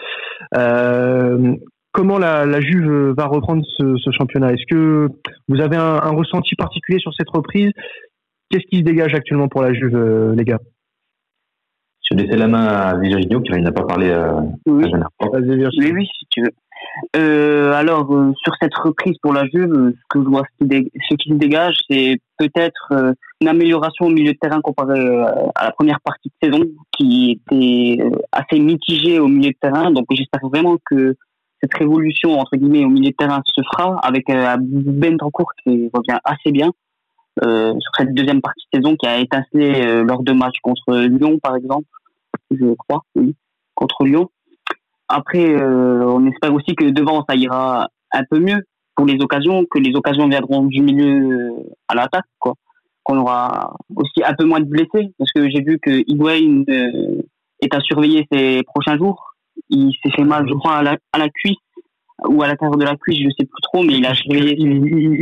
euh, comment la, la Juve va reprendre ce, ce championnat? Est-ce que vous avez un, un ressenti particulier sur cette reprise? Qu'est-ce qui se dégage actuellement pour la Juve, euh, les gars? Je vais laisser la main à Virginio, qui n'a pas parlé euh, oui. à Génard. Oui, oui, si tu veux. Euh, alors, euh, sur cette reprise pour la Juve, ce que je vois, ce qui se dégage, c'est peut-être euh, une amélioration au milieu de terrain comparé euh, à la première partie de saison, qui était euh, assez mitigée au milieu de terrain. Donc, j'espère vraiment que cette révolution, entre guillemets, au milieu de terrain se fera avec euh, Bentancur qui revient assez bien. Euh, sur cette deuxième partie de saison qui a étincelé euh, lors de matchs contre Lyon, par exemple, je crois, oui, contre Lyon. Après, euh, on espère aussi que devant, ça ira un peu mieux pour les occasions, que les occasions viendront du milieu à l'attaque, quoi. Qu'on aura aussi un peu moins de blessés, parce que j'ai vu que Higuaín euh, est à surveiller ces prochains jours. Il s'est fait mal, je crois, à la, à la cuisse, ou à l'intérieur de la cuisse, je sais plus trop, mais il a surveillé. Il, il, ouais.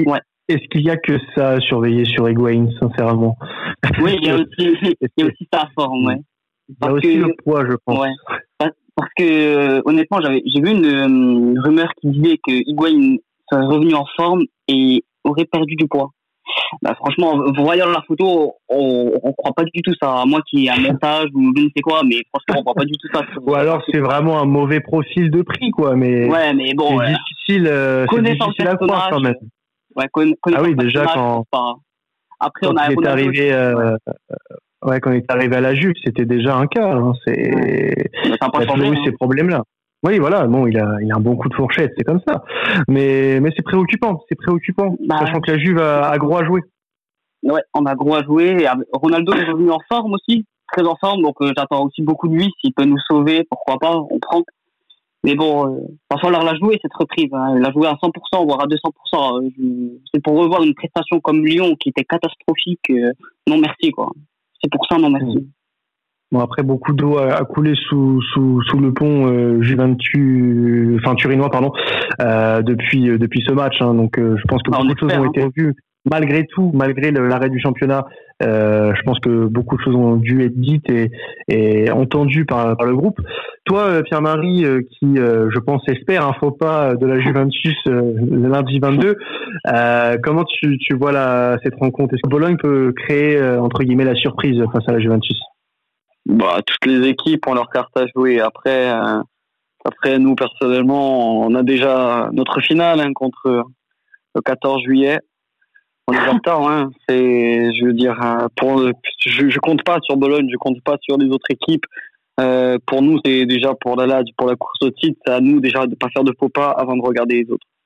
est-ce qu'il y a que ça à surveiller sur Higuaín, sincèrement? Oui, il y a aussi, il y a aussi sa forme, ouais. Il y a aussi que, le poids, je pense. Ouais. Parce que, euh, honnêtement, j'avais, j'ai vu une, une rumeur qui disait que Higuaín serait revenu en forme et aurait perdu du poids. Bah, franchement, voyant la photo, on, on croit pas du tout ça. À moi qui ai un montage ou je ne sais quoi, mais franchement, on croit pas du tout ça. Ou alors, c'est vraiment un mauvais profil de prix, quoi, mais. Ouais, mais bon. C'est ouais. difficile, euh, c'est difficile à croire, quand même. Ouais, conna, ah oui, déjà, quand. Après, quand on a, il est arrivé, euh, ouais, quand il est arrivé à la Juve, c'était déjà un cas, hein. C'est, ouais. il a toujours eu ces problèmes-là. Oui, voilà, bon, il a, il a un bon coup de fourchette, c'est comme ça. Mais, mais c'est préoccupant, c'est préoccupant, bah, sachant que la Juve a, a gros à jouer. Ouais, on a gros à jouer. Ronaldo est revenu en forme aussi, très en forme, donc euh, j'attends aussi beaucoup de lui. S'il peut nous sauver, pourquoi pas, on prend. Mais bon, euh, il va falloir la jouer, cette reprise. Hein. Il a joué à cent pour cent, voire à deux cents pour cent. Euh, c'est pour revoir une prestation comme Lyon, qui était catastrophique. Euh, non merci, quoi. C'est pour ça, non merci. Mmh. Bon, après, beaucoup d'eau a coulé sous, sous, sous le pont euh, Juventus, enfin turinois, pardon, euh, depuis, euh, depuis ce match. Hein, donc, euh, je pense que ah, beaucoup de choses ont hein. été revues. Malgré tout, malgré le, l'arrêt du championnat, euh, je pense que beaucoup de choses ont dû être dites et, et entendues par, par le groupe. Toi, Pierre-Marie, euh, qui, euh, je pense, espère un faux pas de la Juventus euh, le lundi vingt-deux, euh, comment tu, tu vois la, cette rencontre? Est-ce que Bologne peut créer, euh, entre guillemets, la surprise face à la Juventus? Bah, toutes les équipes ont leur carte à jouer. Après, euh, après nous, personnellement, on a déjà notre finale hein, contre le quatorze juillet. On est en retard, hein. C'est, je veux dire, pour, je, je compte pas sur Bologne, je compte pas sur les autres équipes. Euh, pour nous, c'est déjà pour la, pour la course au titre, c'est à nous déjà de pas faire de faux pas avant de regarder les autres.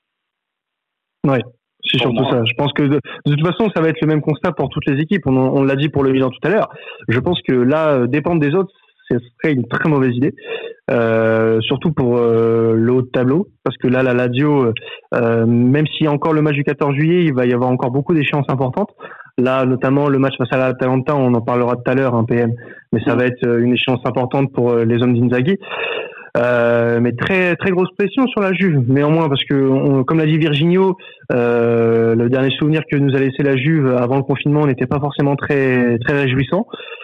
Ouais, c'est pour surtout moi. ça. Je pense que de, de toute façon, ça va être le même constat pour toutes les équipes. On, on l'a dit pour le Milan tout à l'heure. Je pense que là, dépendre des autres, ce serait une très mauvaise idée. Euh, surtout pour euh, le haut de tableau, parce que là, la Lazio, euh, même s'il y a encore le match du quatorze juillet, il va y avoir encore beaucoup d'échéances importantes. Là, notamment le match face à l'Atalanta, on en parlera tout à l'heure, un hein, P M, mais ça va être une échéance importante pour les hommes d'Inzaghi. Euh, mais très très grosse pression sur la Juve, néanmoins, parce que on, comme l'a dit Virginio, euh, le dernier souvenir que nous a laissé la Juve avant le confinement n'était pas forcément très très réjouissant.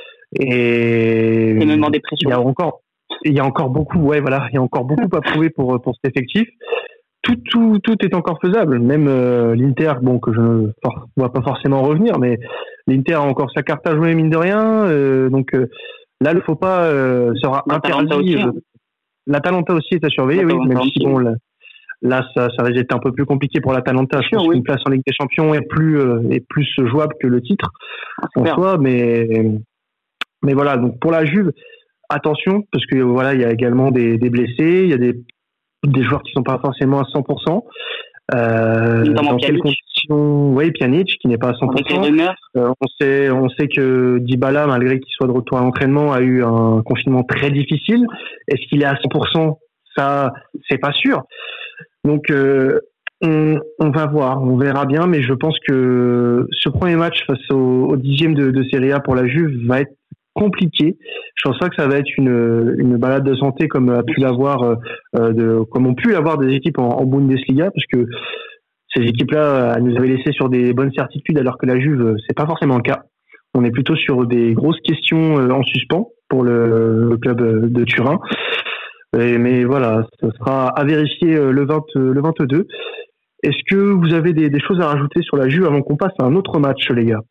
Et, et même en dépression. Il y a encore Il y a encore beaucoup, ouais, voilà, il y a encore beaucoup à prouver pour pour cet effectif. Tout, tout, tout est encore faisable. Même euh, l'Inter, bon, que je ne vois pas forcément revenir, mais l'Inter a encore sa carte à jouer mine de rien. Euh, donc euh, là, le faux pas euh, sera interdit. Aussi, hein. L'Atalanta aussi est à surveiller, oui, même si bon, là, là ça, ça risque d'être un peu plus compliqué pour l'Atalanta. Je pense oui. qu'une place en Ligue des Champions est plus euh, est plus jouable que le titre ah, en soi, mais mais voilà. Donc pour la Juve. Attention, parce que voilà, il y a également des, des blessés, il y a des, des joueurs qui sont pas forcément à cent pour cent. Euh, dans quelles conditions? Oui, Pjanic qui n'est pas à cent pour cent. Euh, on sait, on sait que Dybala, malgré qu'il soit de retour à l'entraînement, a eu un confinement très difficile. Est-ce qu'il est à cent pour cent? Ça, c'est pas sûr. Donc, euh, on, on va voir, on verra bien, mais je pense que ce premier match face au, au dixième de, de Serie A pour la Juve va être compliqué. Je pense pas que ça va être une une balade de santé comme a pu l'avoir euh, de comme ont pu l'avoir des équipes en, en Bundesliga, parce que ces équipes-là elles nous avaient laissé sur des bonnes certitudes, alors que la Juve c'est pas forcément le cas. On est plutôt sur des grosses questions en suspens pour le, le club de Turin. Et, mais voilà, ce sera à vérifier le vingt le vingt-deux. Est-ce que vous avez des, des choses à rajouter sur la Juve avant qu'on passe à un autre match, les gars?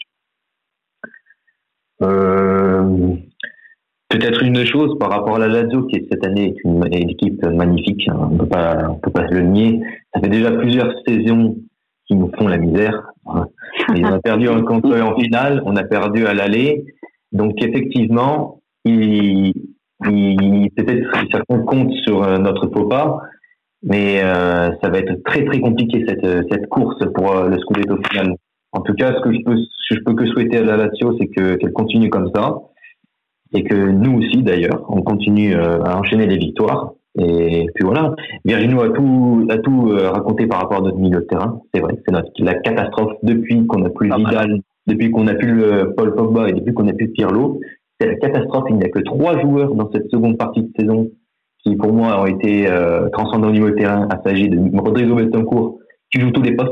Euh, peut-être une chose par rapport à la Lazio, qui cette année est une, une équipe magnifique, hein, on peut pas, on peut pas se le nier. Ça fait déjà plusieurs saisons qui nous font la misère. On a perdu en contre en finale, on a perdu à l'aller. Donc effectivement, il, il peut-être certains comptent sur notre faux pas, mais euh, ça va être très très compliqué cette cette course pour le Scudetto final. En tout cas, ce que je peux, ce que je peux que souhaiter à la Lazio, c'est que qu'elle continue comme ça, et que nous aussi, d'ailleurs, on continue euh, à enchaîner les victoires. Et puis voilà, Virginio a tout, a tout euh, raconté par rapport à notre milieu de terrain. C'est vrai, c'est notre la catastrophe depuis qu'on a plus Vidal, depuis qu'on a plus le Paul Pogba et depuis qu'on a plus Pirlo. C'est la catastrophe. Il n'y a que trois joueurs dans cette seconde partie de saison qui, pour moi, ont été euh, transcendants au niveau de terrain. Il s'agit de Rodrigo Betancourt, qui joue tous les postes, qui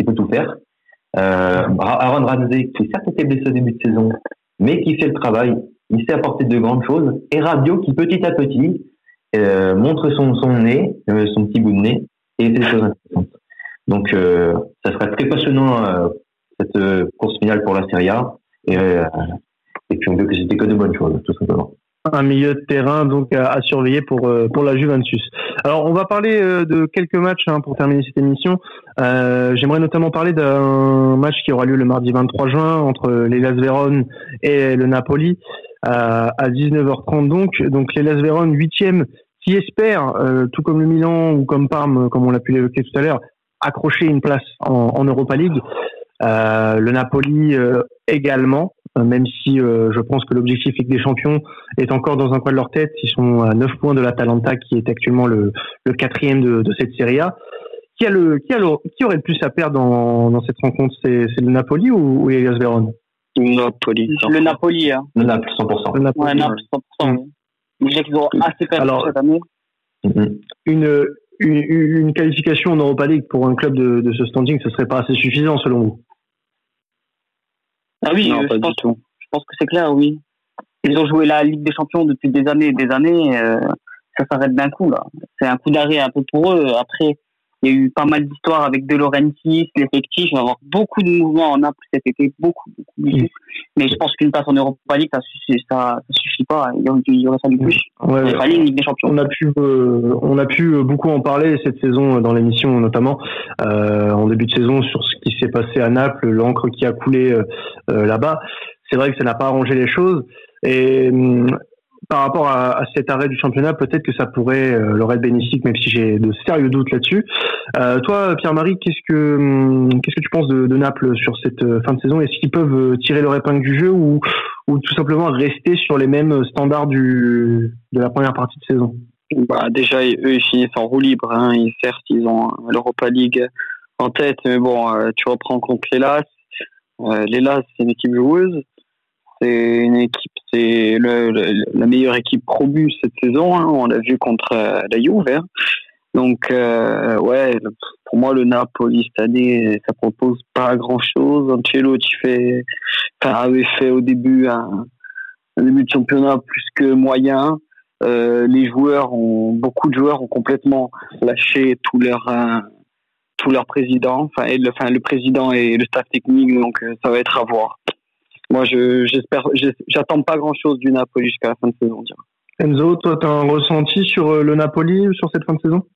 peut tout faire. Euh, Aaron Ramsey, qui certes était blessé au début de saison, mais qui fait le travail, il sait apporter de grandes choses. Et Rabiot, qui petit à petit euh, montre son, son nez, euh, son petit bout de nez, et fait des choses intéressantes. Donc, euh, ça sera très passionnant, euh, cette euh, course finale pour la Serie A. Et, euh, et puis, on veut que c'était que de bonnes choses, tout simplement. Un milieu de terrain donc à, à surveiller pour euh, pour la Juventus. Alors on va parler euh, de quelques matchs hein, pour terminer cette émission. Euh, j'aimerais notamment parler d'un match qui aura lieu le mardi vingt-trois juin entre l'Hellas Vérone et le Napoli euh, à dix-neuf heures trente donc. Donc l'Hellas Vérone huitième qui espère, euh, tout comme le Milan ou comme Parme, comme on l'a pu l'évoquer tout à l'heure, accrocher une place en, en Europa League. Euh, le Napoli euh, également, même si euh, je pense que l'objectif Ligue des Champions est encore dans un coin de leur tête. Ils sont à neuf points de l'Atalanta, qui est actuellement le, le quatrième de, de cette Serie A. Qui a le, qui a le, qui aurait le plus à perdre dans, dans cette rencontre? C'est, c'est le Napoli ou, ou l'Hellas Vérone? Napoli. Le Napoli, hein. Le Naples, cent pour cent. Le Napoli, ouais, Naples, cent pour cent. Oui. Les gens qui ont assez perdu Alors, cette année. Une, une, une qualification en Europa League pour un club de, de ce standing, ce serait pas assez suffisant selon vous? Ah oui, non, je, pas pense, du tout. je pense que c'est clair, oui. Ils ont joué la Ligue des Champions depuis des années et des années. Euh, ça s'arrête d'un coup, là. C'est un coup d'arrêt un peu pour eux. Après, il y a eu pas mal d'histoires avec De Laurentiis, l'effectif. Il va y avoir beaucoup de mouvements en Naples cet été, beaucoup, beaucoup, beaucoup. Mmh. Mais je pense qu'une place en Europa League, ça, ça, ça suffit pas. Il y aurait, il y aurait fallu plus. Ouais, il fallait une Ligue des Champions. On a pu, euh, on a pu beaucoup en parler cette saison dans l'émission, notamment euh, en début de saison, sur ce qui s'est passé à Naples, l'encre qui a coulé euh, là-bas. C'est vrai que ça n'a pas arrangé les choses. Et hum, par rapport à, à cet arrêt du championnat, peut-être que ça pourrait euh, leur être bénéfique, même si j'ai de sérieux doutes là-dessus. Euh, toi, Pierre-Marie, qu'est-ce que hum, qu'est-ce que tu penses de, de Naples sur cette euh, fin de saison? Est-ce qu'ils peuvent tirer leur épingle du jeu ou, ou tout simplement rester sur les mêmes standards du, de la première partie de saison? Bah, déjà, eux, ils finissent en roue libre. Hein. Et certes, ils ont l'Europa League en tête, mais bon, euh, tu reprends contre l'Hellas. Euh, l'Hellas, c'est une équipe joueuse. C'est une équipe, c'est le, le, la meilleure équipe promue cette saison. Hein. On l'a vu contre euh, la Juve. Hein. Donc, euh, ouais, pour moi, le Napoli cette année, ça propose pas grand-chose. Ancelotti fait, enfin, avait fait au début un, un début de championnat plus que moyen. Euh, les joueurs ont, beaucoup de joueurs ont complètement lâché tous leurs, euh, tous leurs présidents, enfin, et le, enfin, le président et le staff technique. Donc, euh, ça va être à voir. Moi, je, j'espère, j'attends pas grand-chose du Napoli jusqu'à la fin de saison. Enzo, toi, tu as un ressenti sur le Napoli sur cette fin de saison?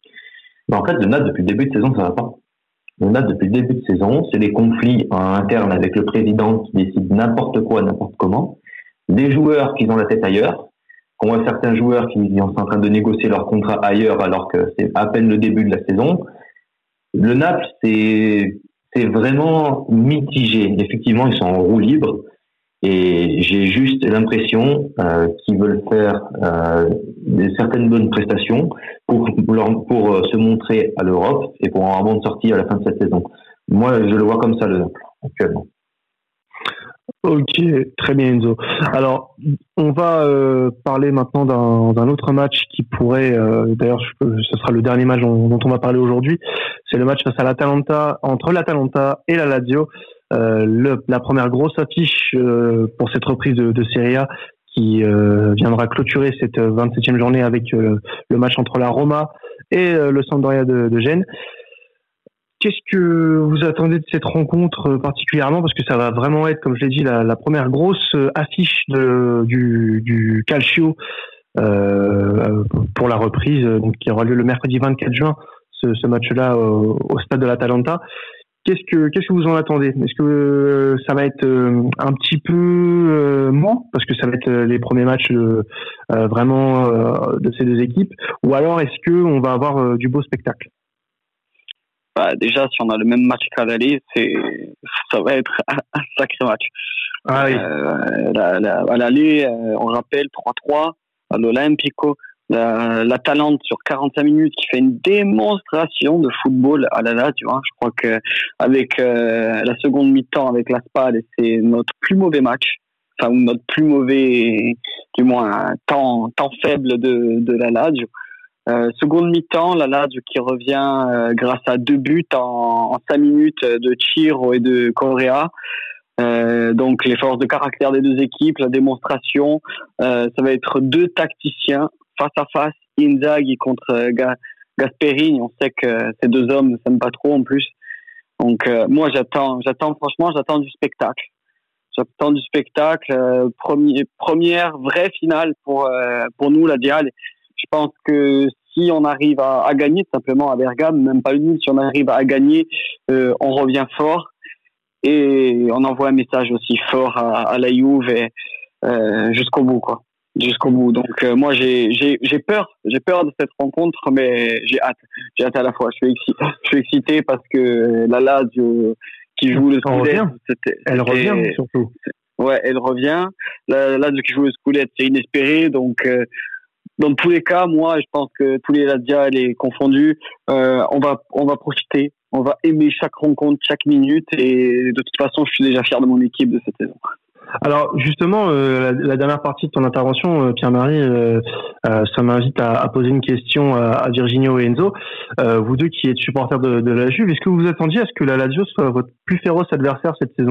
Ben en fait, le Naples, depuis le début de saison, ça va pas. Le Naples, depuis le début de saison, c'est les conflits internes avec le président qui décide n'importe quoi, n'importe comment. Des joueurs qui ont la tête ailleurs. On voit certains joueurs qui sont en train de négocier leur contrat ailleurs alors que c'est à peine le début de la saison. Le Naples, c'est... c'est vraiment mitigé. Effectivement, ils sont en roue libre et j'ai juste l'impression euh, qu'ils veulent faire euh, des certaines bonnes prestations pour, pour, pour euh, se montrer à l'Europe et pour avoir un bon de sortie à la fin de cette saison. Moi, je le vois comme ça, le Naples, actuellement. Ok, très bien Enzo. Alors, on va euh, parler maintenant d'un, d'un autre match qui pourrait, euh, d'ailleurs, ce sera le dernier match dont, dont on va parler aujourd'hui. C'est le match face à l'Atalanta, entre l'Atalanta et la Lazio. Euh, le, la première grosse affiche euh, pour cette reprise de, de Serie A qui euh, viendra clôturer cette vingt-septième journée avec euh, le match entre la Roma et euh, le Sampdoria de, de Gênes. Qu'est-ce que vous attendez de cette rencontre particulièrement? Parce que ça va vraiment être, comme je l'ai dit, la, la première grosse affiche de, du, du Calcio euh, pour la reprise, donc qui aura lieu le mercredi vingt-quatre juin, ce, ce match-là au, au stade de l'Atalanta. Qu'est-ce que, qu'est-ce que vous en attendez? Est-ce que euh, ça va être euh, un petit peu euh, mou, parce que ça va être les premiers matchs euh, euh, vraiment euh, de ces deux équipes, ou alors est-ce que on va avoir euh, du beau spectacle? Bah, déjà, si on a le même match qu'à l'aller, c'est, ça va être un sacré match. Ah oui. Euh, la, la, à l'aller, euh, on rappelle trois trois à l'Olympico. La, la Talente sur quarante-cinq minutes qui fait une démonstration de football à la Lazio. Hein. Je crois que avec euh, la seconde mi-temps avec la Spal, c'est notre plus mauvais match. Enfin, ou notre plus mauvais, du moins, temps, temps faible de, de la Lazio. Euh, seconde mi-temps, la Lazio qui revient euh, grâce à deux buts en, en cinq minutes de Ciro et de Correa. Euh, donc les forces de caractère des deux équipes, la démonstration, euh, ça va être deux tacticiens face à face, Inzaghi contre euh, Ga- Gasperini. On sait que ces deux hommes ne s'aiment pas trop en plus. Donc euh, moi j'attends, j'attends franchement, j'attends du spectacle. J'attends du spectacle. Euh, premier, première vraie finale pour euh, pour nous, la Dial. Je pense que si on arrive à, à gagner simplement à Bergame, même pas une, si on arrive à gagner, euh, on revient fort et on envoie un message aussi fort à, à la Juve et, euh, jusqu'au bout, quoi, jusqu'au bout. Donc euh, moi j'ai j'ai j'ai peur, j'ai peur de cette rencontre, mais j'ai hâte, j'ai hâte à la fois. Je suis excité, je suis excité parce que la Lazio qui joue le Scudetto, c'était, elle c'était, revient surtout. Ouais, elle revient. La Lazio qui joue le Scudetto, c'est inespéré, donc. Euh, Dans tous les cas, moi, je pense que tous les Lazia, les confondus, euh, on va, on va profiter, on va aimer chaque rencontre, chaque minute, et de toute façon, je suis déjà fier de mon équipe de cette saison. Alors justement, euh, la, la dernière partie de ton intervention, euh, Pierre-Marie, euh, euh, ça m'invite à, à poser une question à, à Virginio et Enzo. Euh, vous deux qui êtes supporters de, de la Juve, est-ce que vous vous attendiez à ce que la Lazio soit votre plus féroce adversaire cette saison ?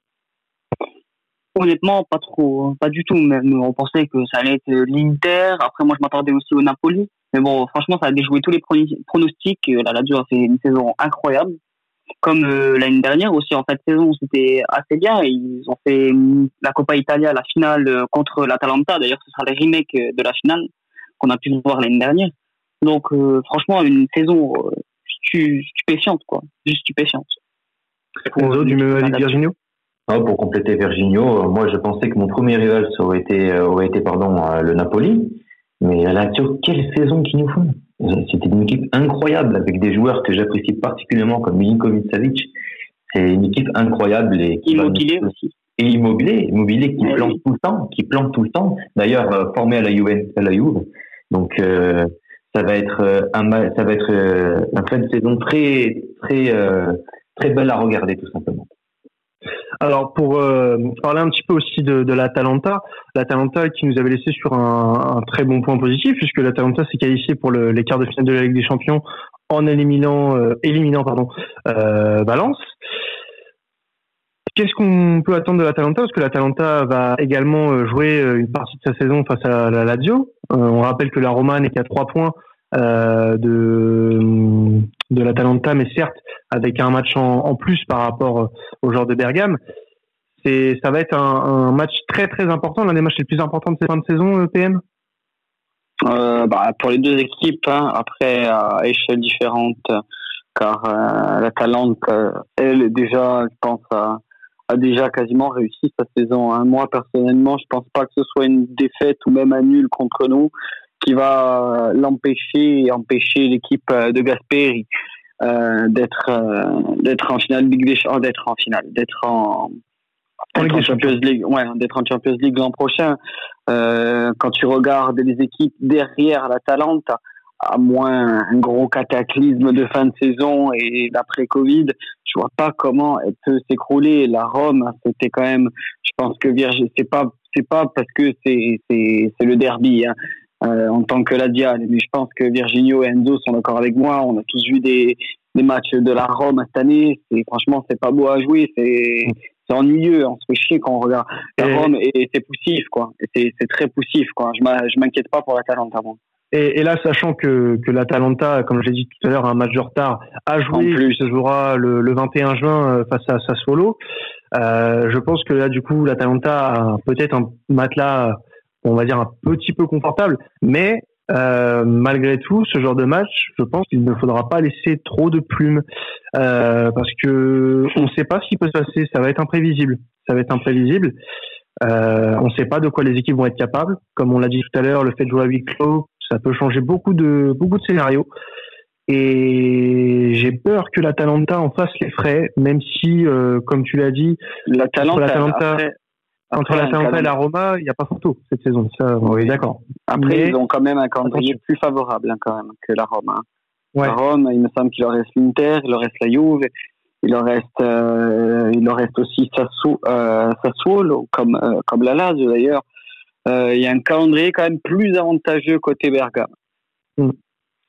Honnêtement, pas trop, pas du tout même. On pensait que ça allait être l'Inter. Après, moi, je m'attendais aussi au Napoli. Mais bon, franchement, ça a déjoué tous les pronostics. La Lazio a fait une saison incroyable. Comme euh, l'année dernière aussi, en fin de saison, c'était assez bien. Ils ont fait la Coppa Italia, la finale contre l'Atalanta. D'ailleurs, ce sera le remake de la finale qu'on a pu voir l'année dernière. Donc, euh, franchement, une saison euh, stu- stupéfiante, quoi. Juste stupéfiante. Enzo, du même avis que Virginio ? Ah, pour compléter Virginio, moi je pensais que mon premier rival ça aurait été, aurait été pardon, le Napoli. Mais la Lazio, quelle saison qu'ils nous font! C'était une équipe incroyable avec des joueurs que j'apprécie particulièrement comme Milinkovic-Savic. C'est une équipe incroyable et qui Immobilier va... aussi. Et Immobilier, Immobilier qui oui. plante tout le temps, qui plante tout le temps. D'ailleurs euh, formé à la Juve, à la Juve. Donc euh, ça va être euh, un ça va être euh, un fin de saison très très euh, très belle à regarder tout simplement. Alors pour euh, parler un petit peu aussi de, de l'Atalanta, l'Atalanta qui nous avait laissé sur un, un très bon point positif puisque l'Atalanta s'est qualifié pour le, les quarts de finale de la Ligue des Champions en éliminant, euh, éliminant pardon, euh, Valence. Qu'est-ce qu'on peut attendre de l'Atalanta ? Parce que l'Atalanta va également jouer une partie de sa saison face à la Lazio. Euh, on rappelle que la Roma n'est qu'à trois points euh, de de l'Atalanta, mais certes avec un match en, en plus par rapport au joueurs de Bergame. C'est, ça va être un, un match très très important, l'un des matchs les plus importants de cette fin de saison, P M. Euh, bah, pour les deux équipes, hein, après à échelle différente, car euh, l'Atalanta, elle déjà, je pense, a, a déjà quasiment réussi sa saison. Hein. Moi personnellement, je pense pas que ce soit une défaite ou même un nul contre nous qui va l'empêcher et empêcher l'équipe de Gasperi euh, d'être euh, d'être en finale Ligue des Champions, d'être en finale, d'être en, d'être en Champions League, ouais, d'être en Champions League l'an prochain. Euh, quand tu regardes les équipes derrière l'Atalanta, à moins un gros cataclysme de fin de saison et d'après-Covid, je vois pas comment elle peut s'écrouler. La Rome, c'était quand même, je pense que Virgin, c'est pas, c'est pas parce que c'est, c'est, c'est le derby, hein, euh, en tant que Lazio, mais je pense que Virginio et Enzo sont d'accord avec moi. On a tous vu des, des matchs de la Rome cette année. C'est, franchement, c'est pas beau à jouer. C'est, c'est ennuyeux. On se fait chier quand on regarde la et Rome et c'est poussif, quoi. Et c'est, c'est très poussif, quoi. Je je m'inquiète pas pour l'Atalanta, moi. Et, et là, sachant que, que l'Atalanta, comme je l'ai dit tout à l'heure, a un match de retard à jouer, qui se jouera le, le vingt et un juin face à Sassuolo, euh, je pense que là, du coup, l'Atalanta a peut-être un matelas, on va dire, un petit peu confortable, mais euh, malgré tout, ce genre de match, je pense qu'il ne faudra pas laisser trop de plumes, euh, parce que on ne sait pas ce qui peut se passer, ça va être imprévisible, ça va être imprévisible. Euh, on ne sait pas de quoi les équipes vont être capables. Comme on l'a dit tout à l'heure, le fait de jouer à huis clos, ça peut changer beaucoup de beaucoup de scénarios. Et j'ai peur que l'Atalanta en fasse les frais, même si, euh, comme tu l'as dit, l'Atalanta, entre l'Atalanta, après, entre après l'Atalanta et la Roma, il n'y a pas photo cette saison. Ça, oui, d'accord. Après, mais ils ont quand même un calendrier plus favorable, hein, quand même, que la Roma. Hein. Ouais. La Rome, il me semble qu'il leur reste l'Inter, il leur reste la Juve, il leur reste, euh, il leur reste aussi Sassuolo, euh, Sassuolo comme euh, comme la Lazio d'ailleurs. Euh, il y a un calendrier quand même plus avantageux côté Bergame. Mm.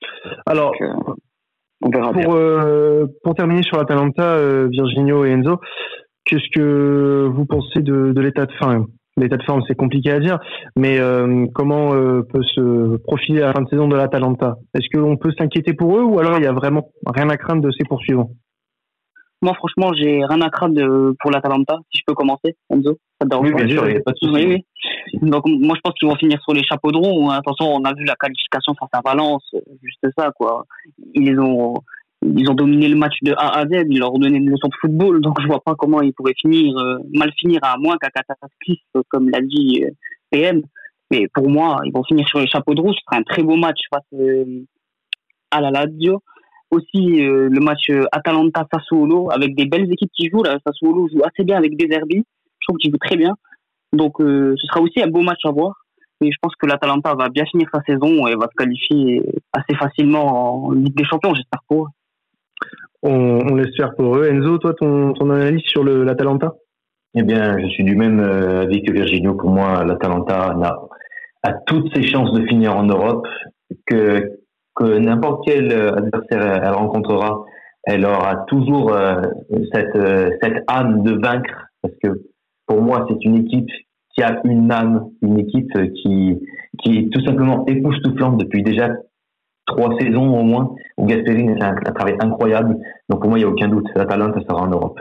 Alors, Donc, euh, on verra bien. pour, euh, pour terminer sur l'Atalanta, euh, Virginio et Enzo, qu'est-ce que vous pensez de, de l'état de fin? L'état de forme, c'est compliqué à dire, mais euh, comment euh, peut se profiler à la fin de saison de l'Atalanta? Est-ce qu'on peut s'inquiéter pour eux ou alors il n'y a vraiment rien à craindre de ces poursuivants? Moi, franchement, j'ai rien à craindre de- pour l'Atalanta. Si je peux commencer, Enzo, ça te dérange Oui, pas? bien sûr, il n'y a pas de souci. Oui, oui. Donc, moi, je pense qu'ils vont finir sur les chapeaux de roue. Hein. Attention, on a vu la qualification face à Valence, euh, juste ça, quoi. Ils les ont, ils ont dominé le match de A à Z. Ils leur ont donné une leçon de football. Donc, je vois pas comment ils pourraient finir, euh, mal finir, à moins qu'à catastrophe, comme l'a dit euh, P M. Mais pour moi, ils vont finir sur les chapeaux de roue. Ce sera un très beau match face euh, à la Lazio. Aussi, euh, le match euh, Atalanta-Sassuolo, avec des belles équipes qui jouent. Là, Sassuolo joue assez bien avec De Zerbi. Je trouve qu'il joue très bien. Donc, euh, ce sera aussi un beau match à voir. Et je pense que l'Atalanta va bien finir sa saison et va se qualifier assez facilement en Ligue des Champions, j'espère pour eux. On, on l'espère pour eux. Enzo, toi, ton, ton analyse sur le, l'Atalanta? Eh bien, je suis du même euh, avis que Virginio. Pour moi, l'Atalanta a, a toutes ses chances de finir en Europe, que, que n'importe quel euh, adversaire elle rencontrera, elle aura toujours euh, cette, euh, cette âme de vaincre, parce que pour moi, c'est une équipe qui a une âme, une équipe qui, qui est tout simplement époustouflante depuis déjà trois saisons au moins, où Gasperini a fait un, un travail incroyable. Donc pour moi, il n'y a aucun doute, l'Atalanta sera en Europe.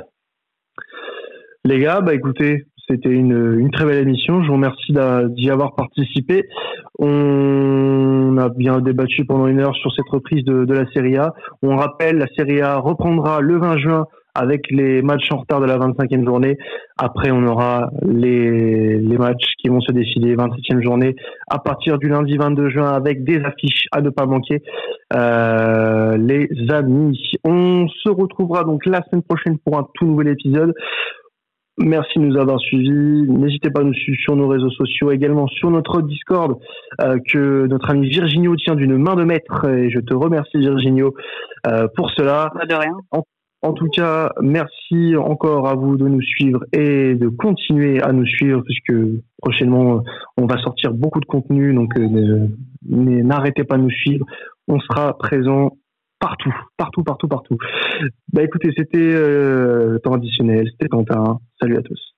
Les gars, bah écoutez, c'était une, une très belle émission. Je vous remercie d'y avoir participé. On a bien débattu pendant une heure sur cette reprise de, de la Serie A. On rappelle, la Serie A reprendra le vingt juin avec les matchs en retard de la vingt-cinquième journée. Après, on aura les, les matchs qui vont se décider, vingt-septième journée, à partir du lundi vingt-deux juin, avec des affiches à ne pas manquer. Euh, les amis, on se retrouvera donc la semaine prochaine pour un tout nouvel épisode. Merci de nous avoir suivis. N'hésitez pas à nous suivre sur nos réseaux sociaux, également sur notre Discord euh, que notre ami Virginio tient d'une main de maître. Et je te remercie, Virginio, euh, pour cela. Pas de rien. En, en tout cas, merci encore à vous de nous suivre et de continuer à nous suivre, puisque prochainement, on va sortir beaucoup de contenu. Donc, euh, n'arrêtez pas de nous suivre. On sera présent partout, partout, partout, partout. Bah écoutez, c'était euh, temps additionnel, c'était Quentin. Salut à tous.